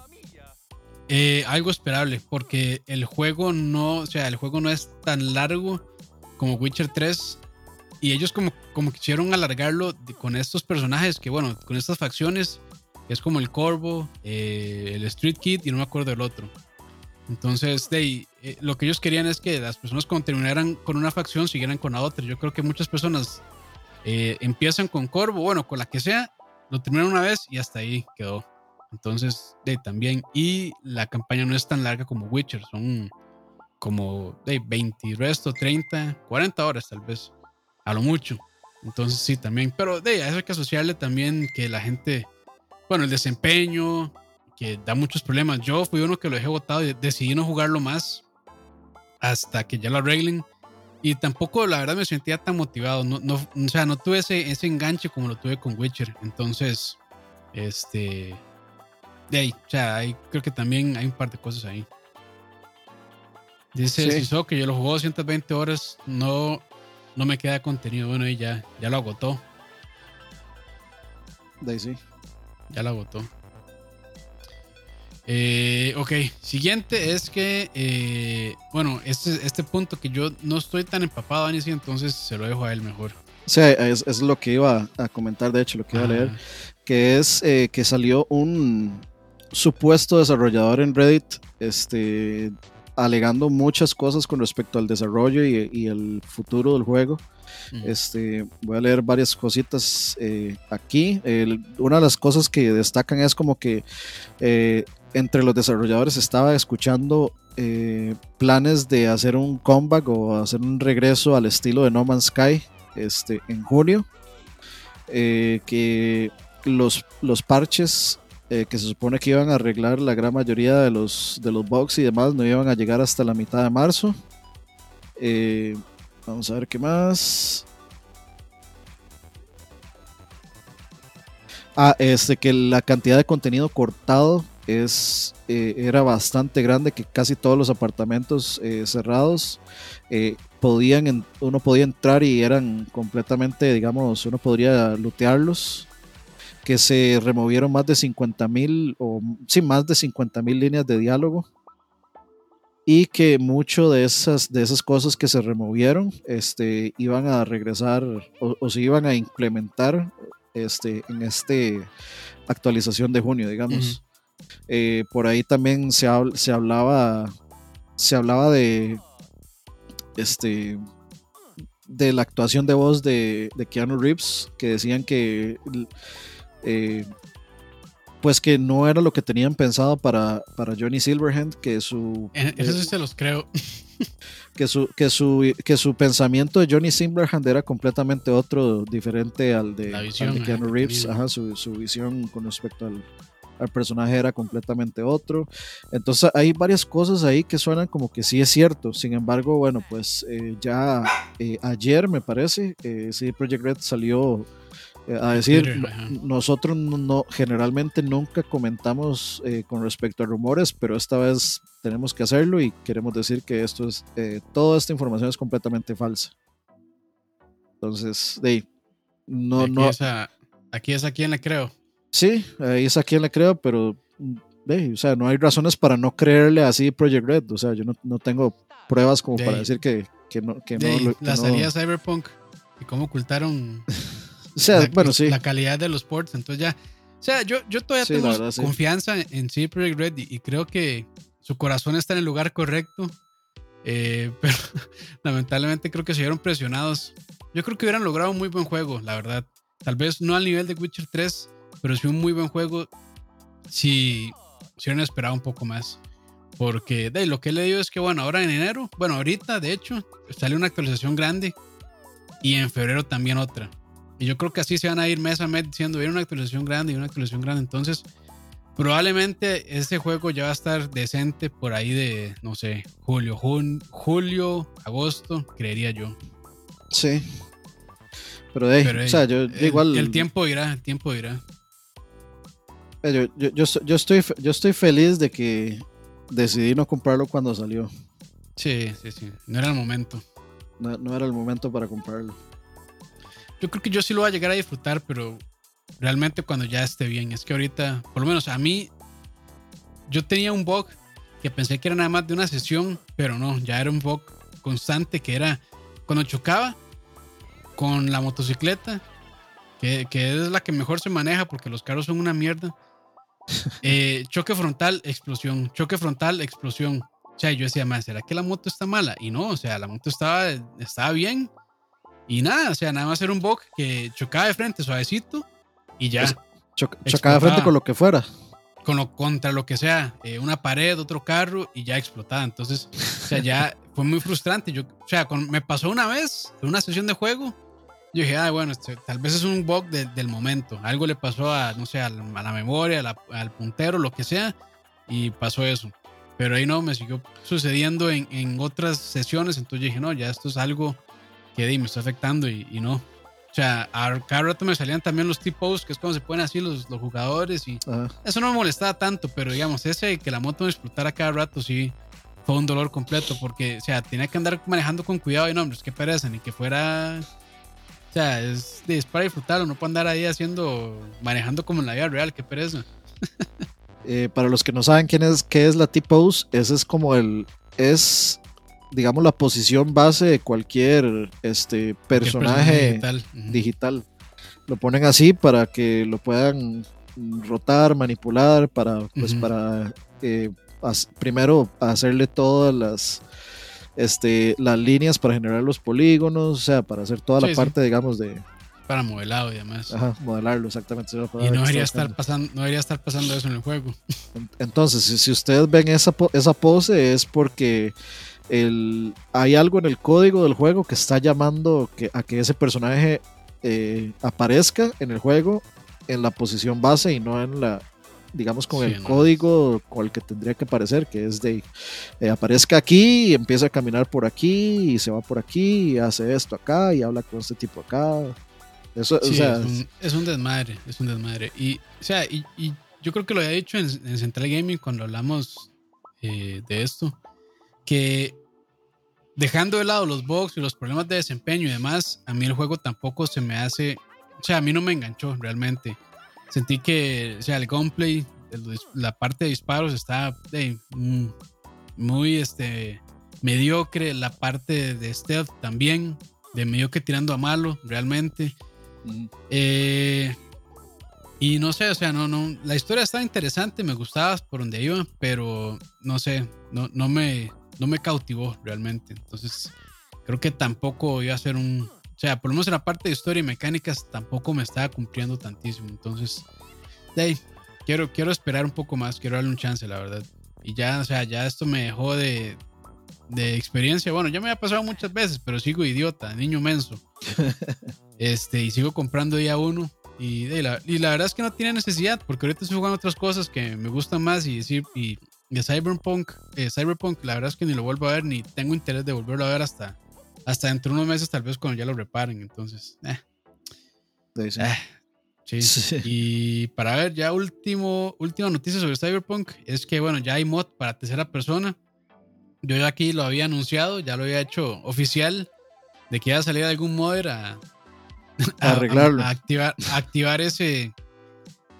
eh, algo esperable, porque el juego no, o sea, el juego no es tan largo como Witcher tres. Y ellos como, como quisieron alargarlo de- con estos personajes que, bueno, con estas facciones, que es como el Corvo, eh, el Street Kid y no me acuerdo del otro. Entonces, de ahí, eh, lo que ellos querían es que las personas cuando terminaran con una facción siguieran con la otra. Yo creo que muchas personas eh, empiezan con Corvo, bueno, con la que sea, lo terminan una vez y hasta ahí quedó. Entonces, de ahí, también, y la campaña no es tan larga como Witcher, son como de veinte, resto, treinta, cuarenta horas tal vez, a lo mucho. Entonces sí, también, pero de ahí, a eso hay que asociarle también que la gente, bueno, el desempeño, que da muchos problemas. Yo fui uno que lo dejé botado y decidí no jugarlo más hasta que ya lo arreglen. Y tampoco, la verdad, me sentía tan motivado. No, no, o sea, no tuve ese, ese enganche como lo tuve con Witcher. Entonces, este, de ahí, o sea, ahí creo que también hay un par de cosas ahí. Dice sí, Siso que yo lo jugó doscientas veinte horas, no, no me queda contenido. Bueno, y ya, ya lo agotó, de ahí sí. ya lo agotó. Eh, ok, siguiente es que, eh, bueno, este, este punto que yo no estoy tan empapado, Anisi, entonces se lo dejo a él mejor. Sí, es, es lo que iba a comentar, de hecho, lo que iba a leer, Ajá. que es eh, que salió un supuesto desarrollador en Reddit, este, alegando muchas cosas con respecto al desarrollo y, y el futuro del juego. Mm. Este, voy a leer varias cositas eh, aquí. El- una de las cosas que destacan es como que eh, entre los desarrolladores estaba escuchando eh, planes de hacer un comeback o hacer un regreso al estilo de No Man's Sky este, en junio, eh, que los, los parches eh, que se supone que iban a arreglar la gran mayoría de los, de los bugs y demás no iban a llegar hasta la mitad de marzo. Eh, vamos a ver qué más. Ah, este, que la cantidad de contenido cortado es, eh, era bastante grande, que casi todos los apartamentos eh, cerrados eh, podían, en- uno podía entrar y eran completamente, digamos, uno podría lootearlos, que se removieron más de cincuenta mil, o sí, más de cincuenta mil líneas de diálogo, y que mucho de esas, de esas cosas que se removieron este, iban a regresar o, o se iban a implementar este, en este actualización de junio, Ujú. digamos. Eh, por ahí también se, habl- se hablaba se hablaba de este de la actuación de voz de, de Keanu Reeves, que decían que eh, pues que no era lo que tenían pensado para, para Johnny Silverhand, que su, En- Eso eh, sí se los creo. que su, que su, que su pensamiento de Johnny Silverhand era completamente otro, diferente al La de, al de visión ajá, Keanu que Reeves. tenían. Ajá, su, su visión con respecto al, al personaje era completamente otro. Entonces hay varias cosas ahí que suenan como que sí es cierto. Sin embargo, bueno, pues eh, ya eh, ayer me parece, eh, C D Projekt Red salió eh, a En decir, Twitter, no- ajá. nosotros no, no- generalmente nunca comentamos eh, con respecto a rumores, pero esta vez tenemos que hacerlo y queremos decir que esto es, eh, toda esta información es completamente falsa. Entonces, de ahí, De no, aquí no, es a, aquí es a quien le creo. sí, ahí es a quien le creo, pero de, o sea, no hay razones para no creerle así Project Red. O sea, yo no, no tengo pruebas como De para ahí, decir que, que no, que de no, ahí, lo- que la no. salida Cyberpunk y cómo ocultaron O sea, la, bueno, sí, la calidad de los ports. Entonces ya, o sea, yo, yo todavía sí, tengo la verdad, sí. confianza en C D Projekt Red y, y creo que su corazón está en el lugar correcto. Eh, pero lamentablemente creo que se vieron presionados. Yo creo que hubieran logrado un muy buen juego, la verdad. Tal vez no al nivel de Witcher tres, pero sí un muy buen juego si, si hubieran esperado un poco más. Porque de lo que he leído es que, bueno, ahora en enero, bueno, ahorita de hecho, sale una actualización grande y en febrero también otra. Y yo creo que así se van a ir mes a mes diciendo, viene una actualización grande y una actualización grande. Entonces, probablemente ese juego ya va a estar decente por ahí de, no sé, julio, jun, julio, agosto, creería yo. Sí, pero de, Pero o hey, sea, yo, yo el, igual, el tiempo dirá, el tiempo dirá. eh, yo, yo, yo, yo estoy, yo estoy feliz de que decidí no comprarlo cuando salió. Sí, sí, sí, no era el momento. No, no era el momento para comprarlo. Yo creo que yo sí lo voy a llegar a disfrutar, pero realmente cuando ya esté bien. Es que ahorita, por lo menos a mí, yo tenía un bug que pensé que era nada más de una sesión, pero no, ya era un bug constante que era cuando chocaba con la motocicleta, que, que es la que mejor se maneja porque los carros son una mierda. Eh, choque frontal, explosión, choque frontal, explosión. O sea, yo decía, más, ¿será que la moto está mala? Y no, o sea, la moto estaba, estaba bien. Y nada, o sea, nada más era un bug que chocaba de frente suavecito y ya. Pues, cho- chocaba de explotaba frente con lo que fuera. con lo, contra lo que sea, eh, una pared, otro carro y ya explotaba. Entonces, o sea, ya fue muy frustrante. Yo, o sea, con, me pasó una vez en una sesión de juego. Yo dije, ah, bueno, este, tal vez es un bug de, del momento. Algo le pasó a, no sé, a la, a la memoria, a la, al puntero, lo que sea, y pasó eso. Pero ahí no, me siguió sucediendo en, en otras sesiones. Entonces dije, no, ya esto es algo que di, me está afectando y, y no. O sea, a cada rato me salían también los T-Pose, que es cuando se ponen así los, los jugadores y Ajá. eso no me molestaba tanto, pero digamos, ese que la moto me explotara cada rato sí fue un dolor completo porque, o sea, tenía que andar manejando con cuidado y no, hombre, es que pereza, ni que fuera... O sea, es, es para disfrutarlo, no para andar ahí haciendo, manejando como en la vida real, qué pereza. Eh, para los que no saben quién es, qué es la T-Pose, ese es como el, es, digamos, la posición base de cualquier este, personaje digital. Uh-huh. digital. Lo ponen así para que lo puedan rotar, manipular, para, pues, uh-huh. para eh, as, primero hacerle todas las, este, las líneas para generar los polígonos, o sea, para hacer toda sí, la parte, sí. digamos, de... Para modelado y demás. Ajá, modelarlo, exactamente. Y no debería, estar pasando, no debería estar pasando eso en el juego. Entonces, si, si ustedes ven esa, esa pose es porque el, hay algo en el código del juego que está llamando que, a que ese personaje eh, aparezca en el juego en la posición base y no en la, digamos, con sí, el no. código con el que tendría que aparecer, que es de eh, aparezca aquí y empieza a caminar por aquí y se va por aquí y hace esto acá y habla con este tipo acá. Eso, sí, o sea, es, un, es un desmadre, es un desmadre. Y, o sea, y, y yo creo que lo había dicho en, en Central Gaming cuando hablamos eh, de esto, que dejando de lado los bugs y los problemas de desempeño y demás, a mí el juego tampoco se me hace, o sea, a mí no me enganchó realmente. Sentí que, o sea, el gameplay, el, la parte de disparos está de, muy este, mediocre, la parte de stealth también, de mediocre tirando a malo, realmente. Mm. Eh, y no sé, o sea, no, no, la historia estaba interesante, me gustaba por donde iba, pero no sé, no, no, me, no me cautivó realmente. Entonces, creo que tampoco iba a ser un, o sea, por lo menos en la parte de historia y mecánicas tampoco me estaba cumpliendo tantísimo. Entonces, de ahí, quiero, quiero esperar un poco más, quiero darle un chance, la verdad. Y ya, o sea, ya esto me dejó de, de experiencia. Bueno, ya me ha pasado muchas veces, pero sigo idiota, niño menso. Este, y sigo comprando día uno. Y, y, la, y la verdad es que no tiene necesidad, porque ahorita estoy jugando otras cosas que me gustan más. Y decir, y de Cyberpunk, eh, Cyberpunk, la verdad es que ni lo vuelvo a ver, ni tengo interés de volverlo a ver hasta, hasta dentro de unos meses, tal vez cuando ya lo reparen. Entonces, eh. Sí. Eh, sí. Sí. Y para ver, ya último, última noticia sobre Cyberpunk es que, bueno, ya hay mod para tercera persona. Yo ya aquí lo había anunciado, ya lo había hecho oficial de que iba a salir algún modder a, a, a arreglarlo, a, a activar, a activar ese,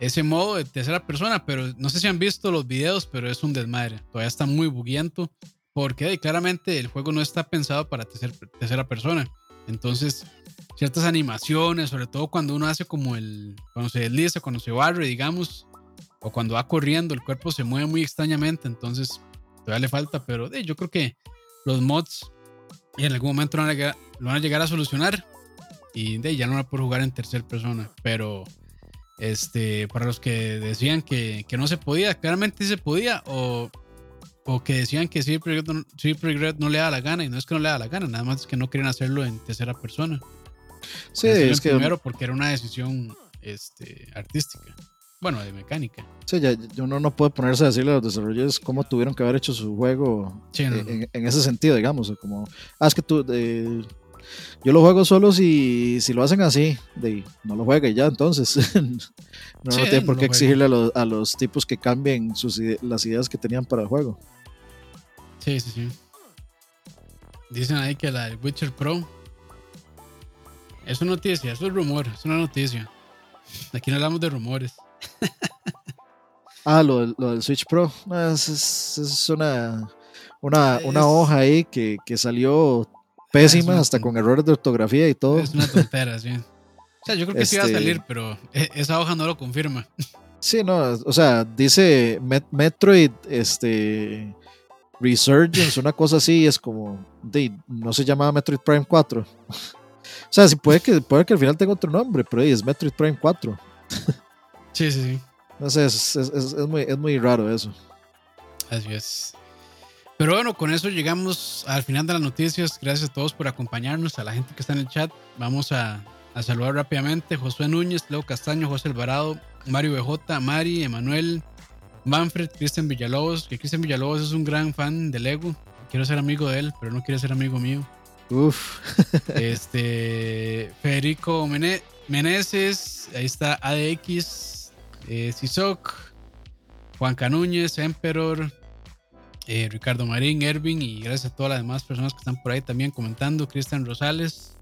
ese modo de tercera persona, pero no sé si han visto los videos, pero es un desmadre. Todavía está muy buguiento porque claramente el juego no está pensado para tercer, tercera persona. Entonces, ciertas animaciones, sobre todo cuando uno hace como el, cuando se desliza, cuando se barre, digamos, o cuando va corriendo, el cuerpo se mueve muy extrañamente, entonces todavía le falta, pero eh, yo creo que los mods en algún momento lo van a llegar, lo van a, llegar a solucionar y de, ya no van a poder jugar en tercera persona, pero este, para los que decían que, que no se podía, claramente sí se podía, o, o que decían que Super Regret, no, Super Regret no le da la gana, y no es que no le da la gana, nada más es que no quieren hacerlo en tercera persona. Sí, es que primero porque era una decisión este, artística, bueno, de mecánica. Sí, ya, ya uno no puede ponerse a decirle a los desarrolladores cómo tuvieron que haber hecho su juego sí, no, en, no. En, en ese sentido, digamos, como, ah, es que tú, eh, yo lo juego solo si, si lo hacen así, de, no lo juegue ya, entonces, no, sí, no tiene no por qué juego. exigirle a los, a los tipos que cambien sus, las ideas que tenían para el juego. Sí, sí, sí. Dicen ahí que la del Witcher Pro es una noticia, eso es rumor, es una noticia. Aquí no hablamos de rumores. Ah, lo, lo del Switch Pro, no, es, es, es una, una, Es, una hoja ahí que, que salió pésima, hasta con errores de ortografía y todo. Es una tontera, sí. O sea, yo creo que este, sí va a salir, pero esa hoja no lo confirma. Sí, no, o sea, dice Met Metroid, este, Resurgence, una cosa así, es como, de, no se llamaba Metroid Prime cuatro. O sea, sí puede que, puede que al final tenga otro nombre, pero es Metroid Prime cuatro. Sí, sí, sí. No sé, es, es, es, es, muy, es muy raro eso. Así es. Pero bueno, con eso llegamos al final de las noticias. Gracias a todos por acompañarnos, a la gente que está en el chat. Vamos a, a saludar rápidamente. Josué Núñez, Leo Castaño, José Alvarado, Mario B J, Mari, Emanuel, Manfred, Cristian Villalobos, que Cristian Villalobos es un gran fan de Lego. Quiero ser amigo de él, pero no quiere ser amigo mío. Uf. este, Federico Mene Meneses, ahí está A D X, eh, Sisoc, Juan Canúñez, Emperor, eh, Ricardo Marín, Ervin, y gracias a todas las demás personas que están por ahí también comentando, Cristian Rosales,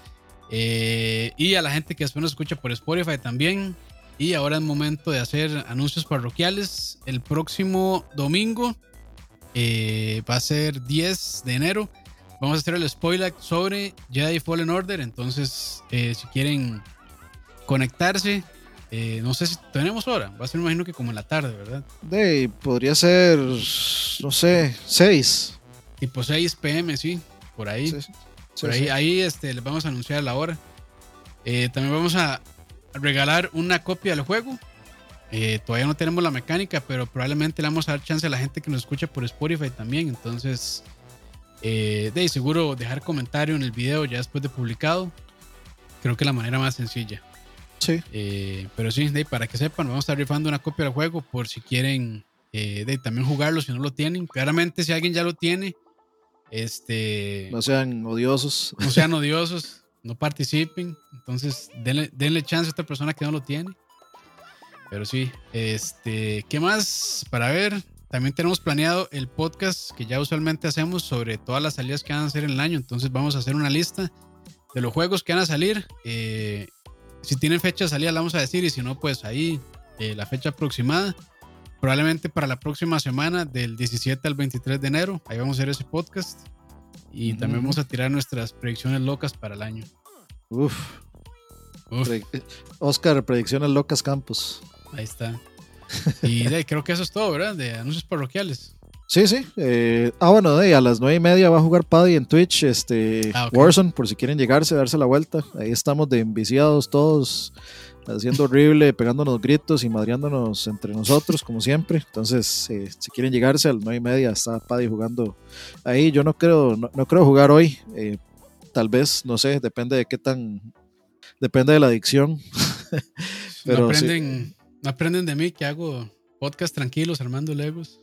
eh, y a la gente que después nos escucha por Spotify también. Y ahora es momento de hacer anuncios parroquiales. El próximo domingo eh, va a ser diez de enero. Vamos a hacer el spoiler sobre Jedi Fallen Order. Entonces, eh, si quieren conectarse, eh, no sé si tenemos hora. Va a ser, me imagino que como en la tarde, ¿verdad? De, podría ser, no sé, seis. Tipo seis pm, sí, por ahí. Sí, sí, por ahí, sí. ahí este, les vamos a anunciar la hora. Eh, también vamos a regalar una copia del juego. Eh, todavía no tenemos la mecánica, pero probablemente le vamos a dar chance a la gente que nos escucha por Spotify también. Entonces, eh, de seguro dejar comentario en el video ya después de publicado. Creo que es la manera más sencilla. Sí. Eh, pero sí, de, para que sepan, vamos a estar rifando una copia del juego por si quieren eh, de, también jugarlo si no lo tienen. Claramente, si alguien ya lo tiene, este, no sean odiosos. No sean odiosos. No participen, entonces denle, denle chance a esta persona que no lo tiene. Pero sí, este, ¿qué más para ver? También tenemos planeado el podcast que ya usualmente hacemos sobre todas las salidas que van a hacer en el año. Entonces vamos a hacer una lista de los juegos que van a salir. Eh, si tienen fecha de salida la vamos a decir, y si no, pues ahí eh, la fecha aproximada. Probablemente para la próxima semana, del diecisiete al veintitrés de enero, ahí vamos a hacer ese podcast. Y uh-huh. también vamos a tirar nuestras predicciones locas para el año. Uf. Uf. Pre- Oscar, predicciones locas Campos. Ahí está. Y de, creo que eso es todo, ¿verdad? De anuncios parroquiales. Sí, sí. Eh, ah, bueno, de, a las nueve y media va a jugar Paddy en Twitch, este, ah, okay. Warzone, por si quieren llegarse, darse la vuelta. Ahí estamos de enviciados todos, haciendo horrible, pegándonos gritos y madreándonos entre nosotros, como siempre. Entonces, eh, si quieren llegarse, a las nueve y media está Paddy jugando ahí. Yo no creo, no, no creo jugar hoy. Eh, tal vez, no sé, depende de qué tan... Depende de la adicción. Pero no aprenden, sí. no aprenden de mí que hago podcast tranquilos armando Legos.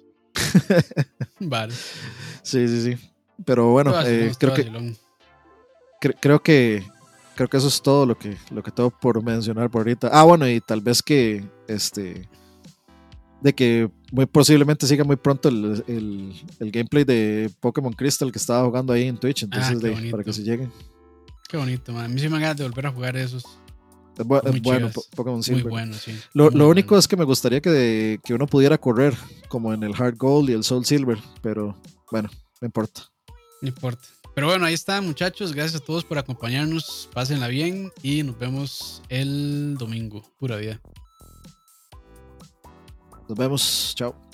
Vale. Sí, sí, sí. Pero bueno, eh, creo, que, cre- creo que creo que eso es todo lo que lo que tengo por mencionar por ahorita. Ah, bueno, y tal vez que este de que muy posiblemente siga muy pronto el, el, el gameplay de Pokémon Crystal que estaba jugando ahí en Twitch, entonces ah, de, para que se lleguen. Qué bonito, man. A mí sí me ganas de volver a jugar esos. Es, bu- es Muy bueno, chivas. Pokémon Muy Silver. bueno, sí. Lo, Muy lo único bueno. es que me gustaría que, que uno pudiera correr como en el Hard Gold y el Soul Silver, pero bueno, no importa. No importa. Pero bueno, ahí está, muchachos. Gracias a todos por acompañarnos. Pásenla bien y nos vemos el domingo. Pura vida. Nos vemos. Chao.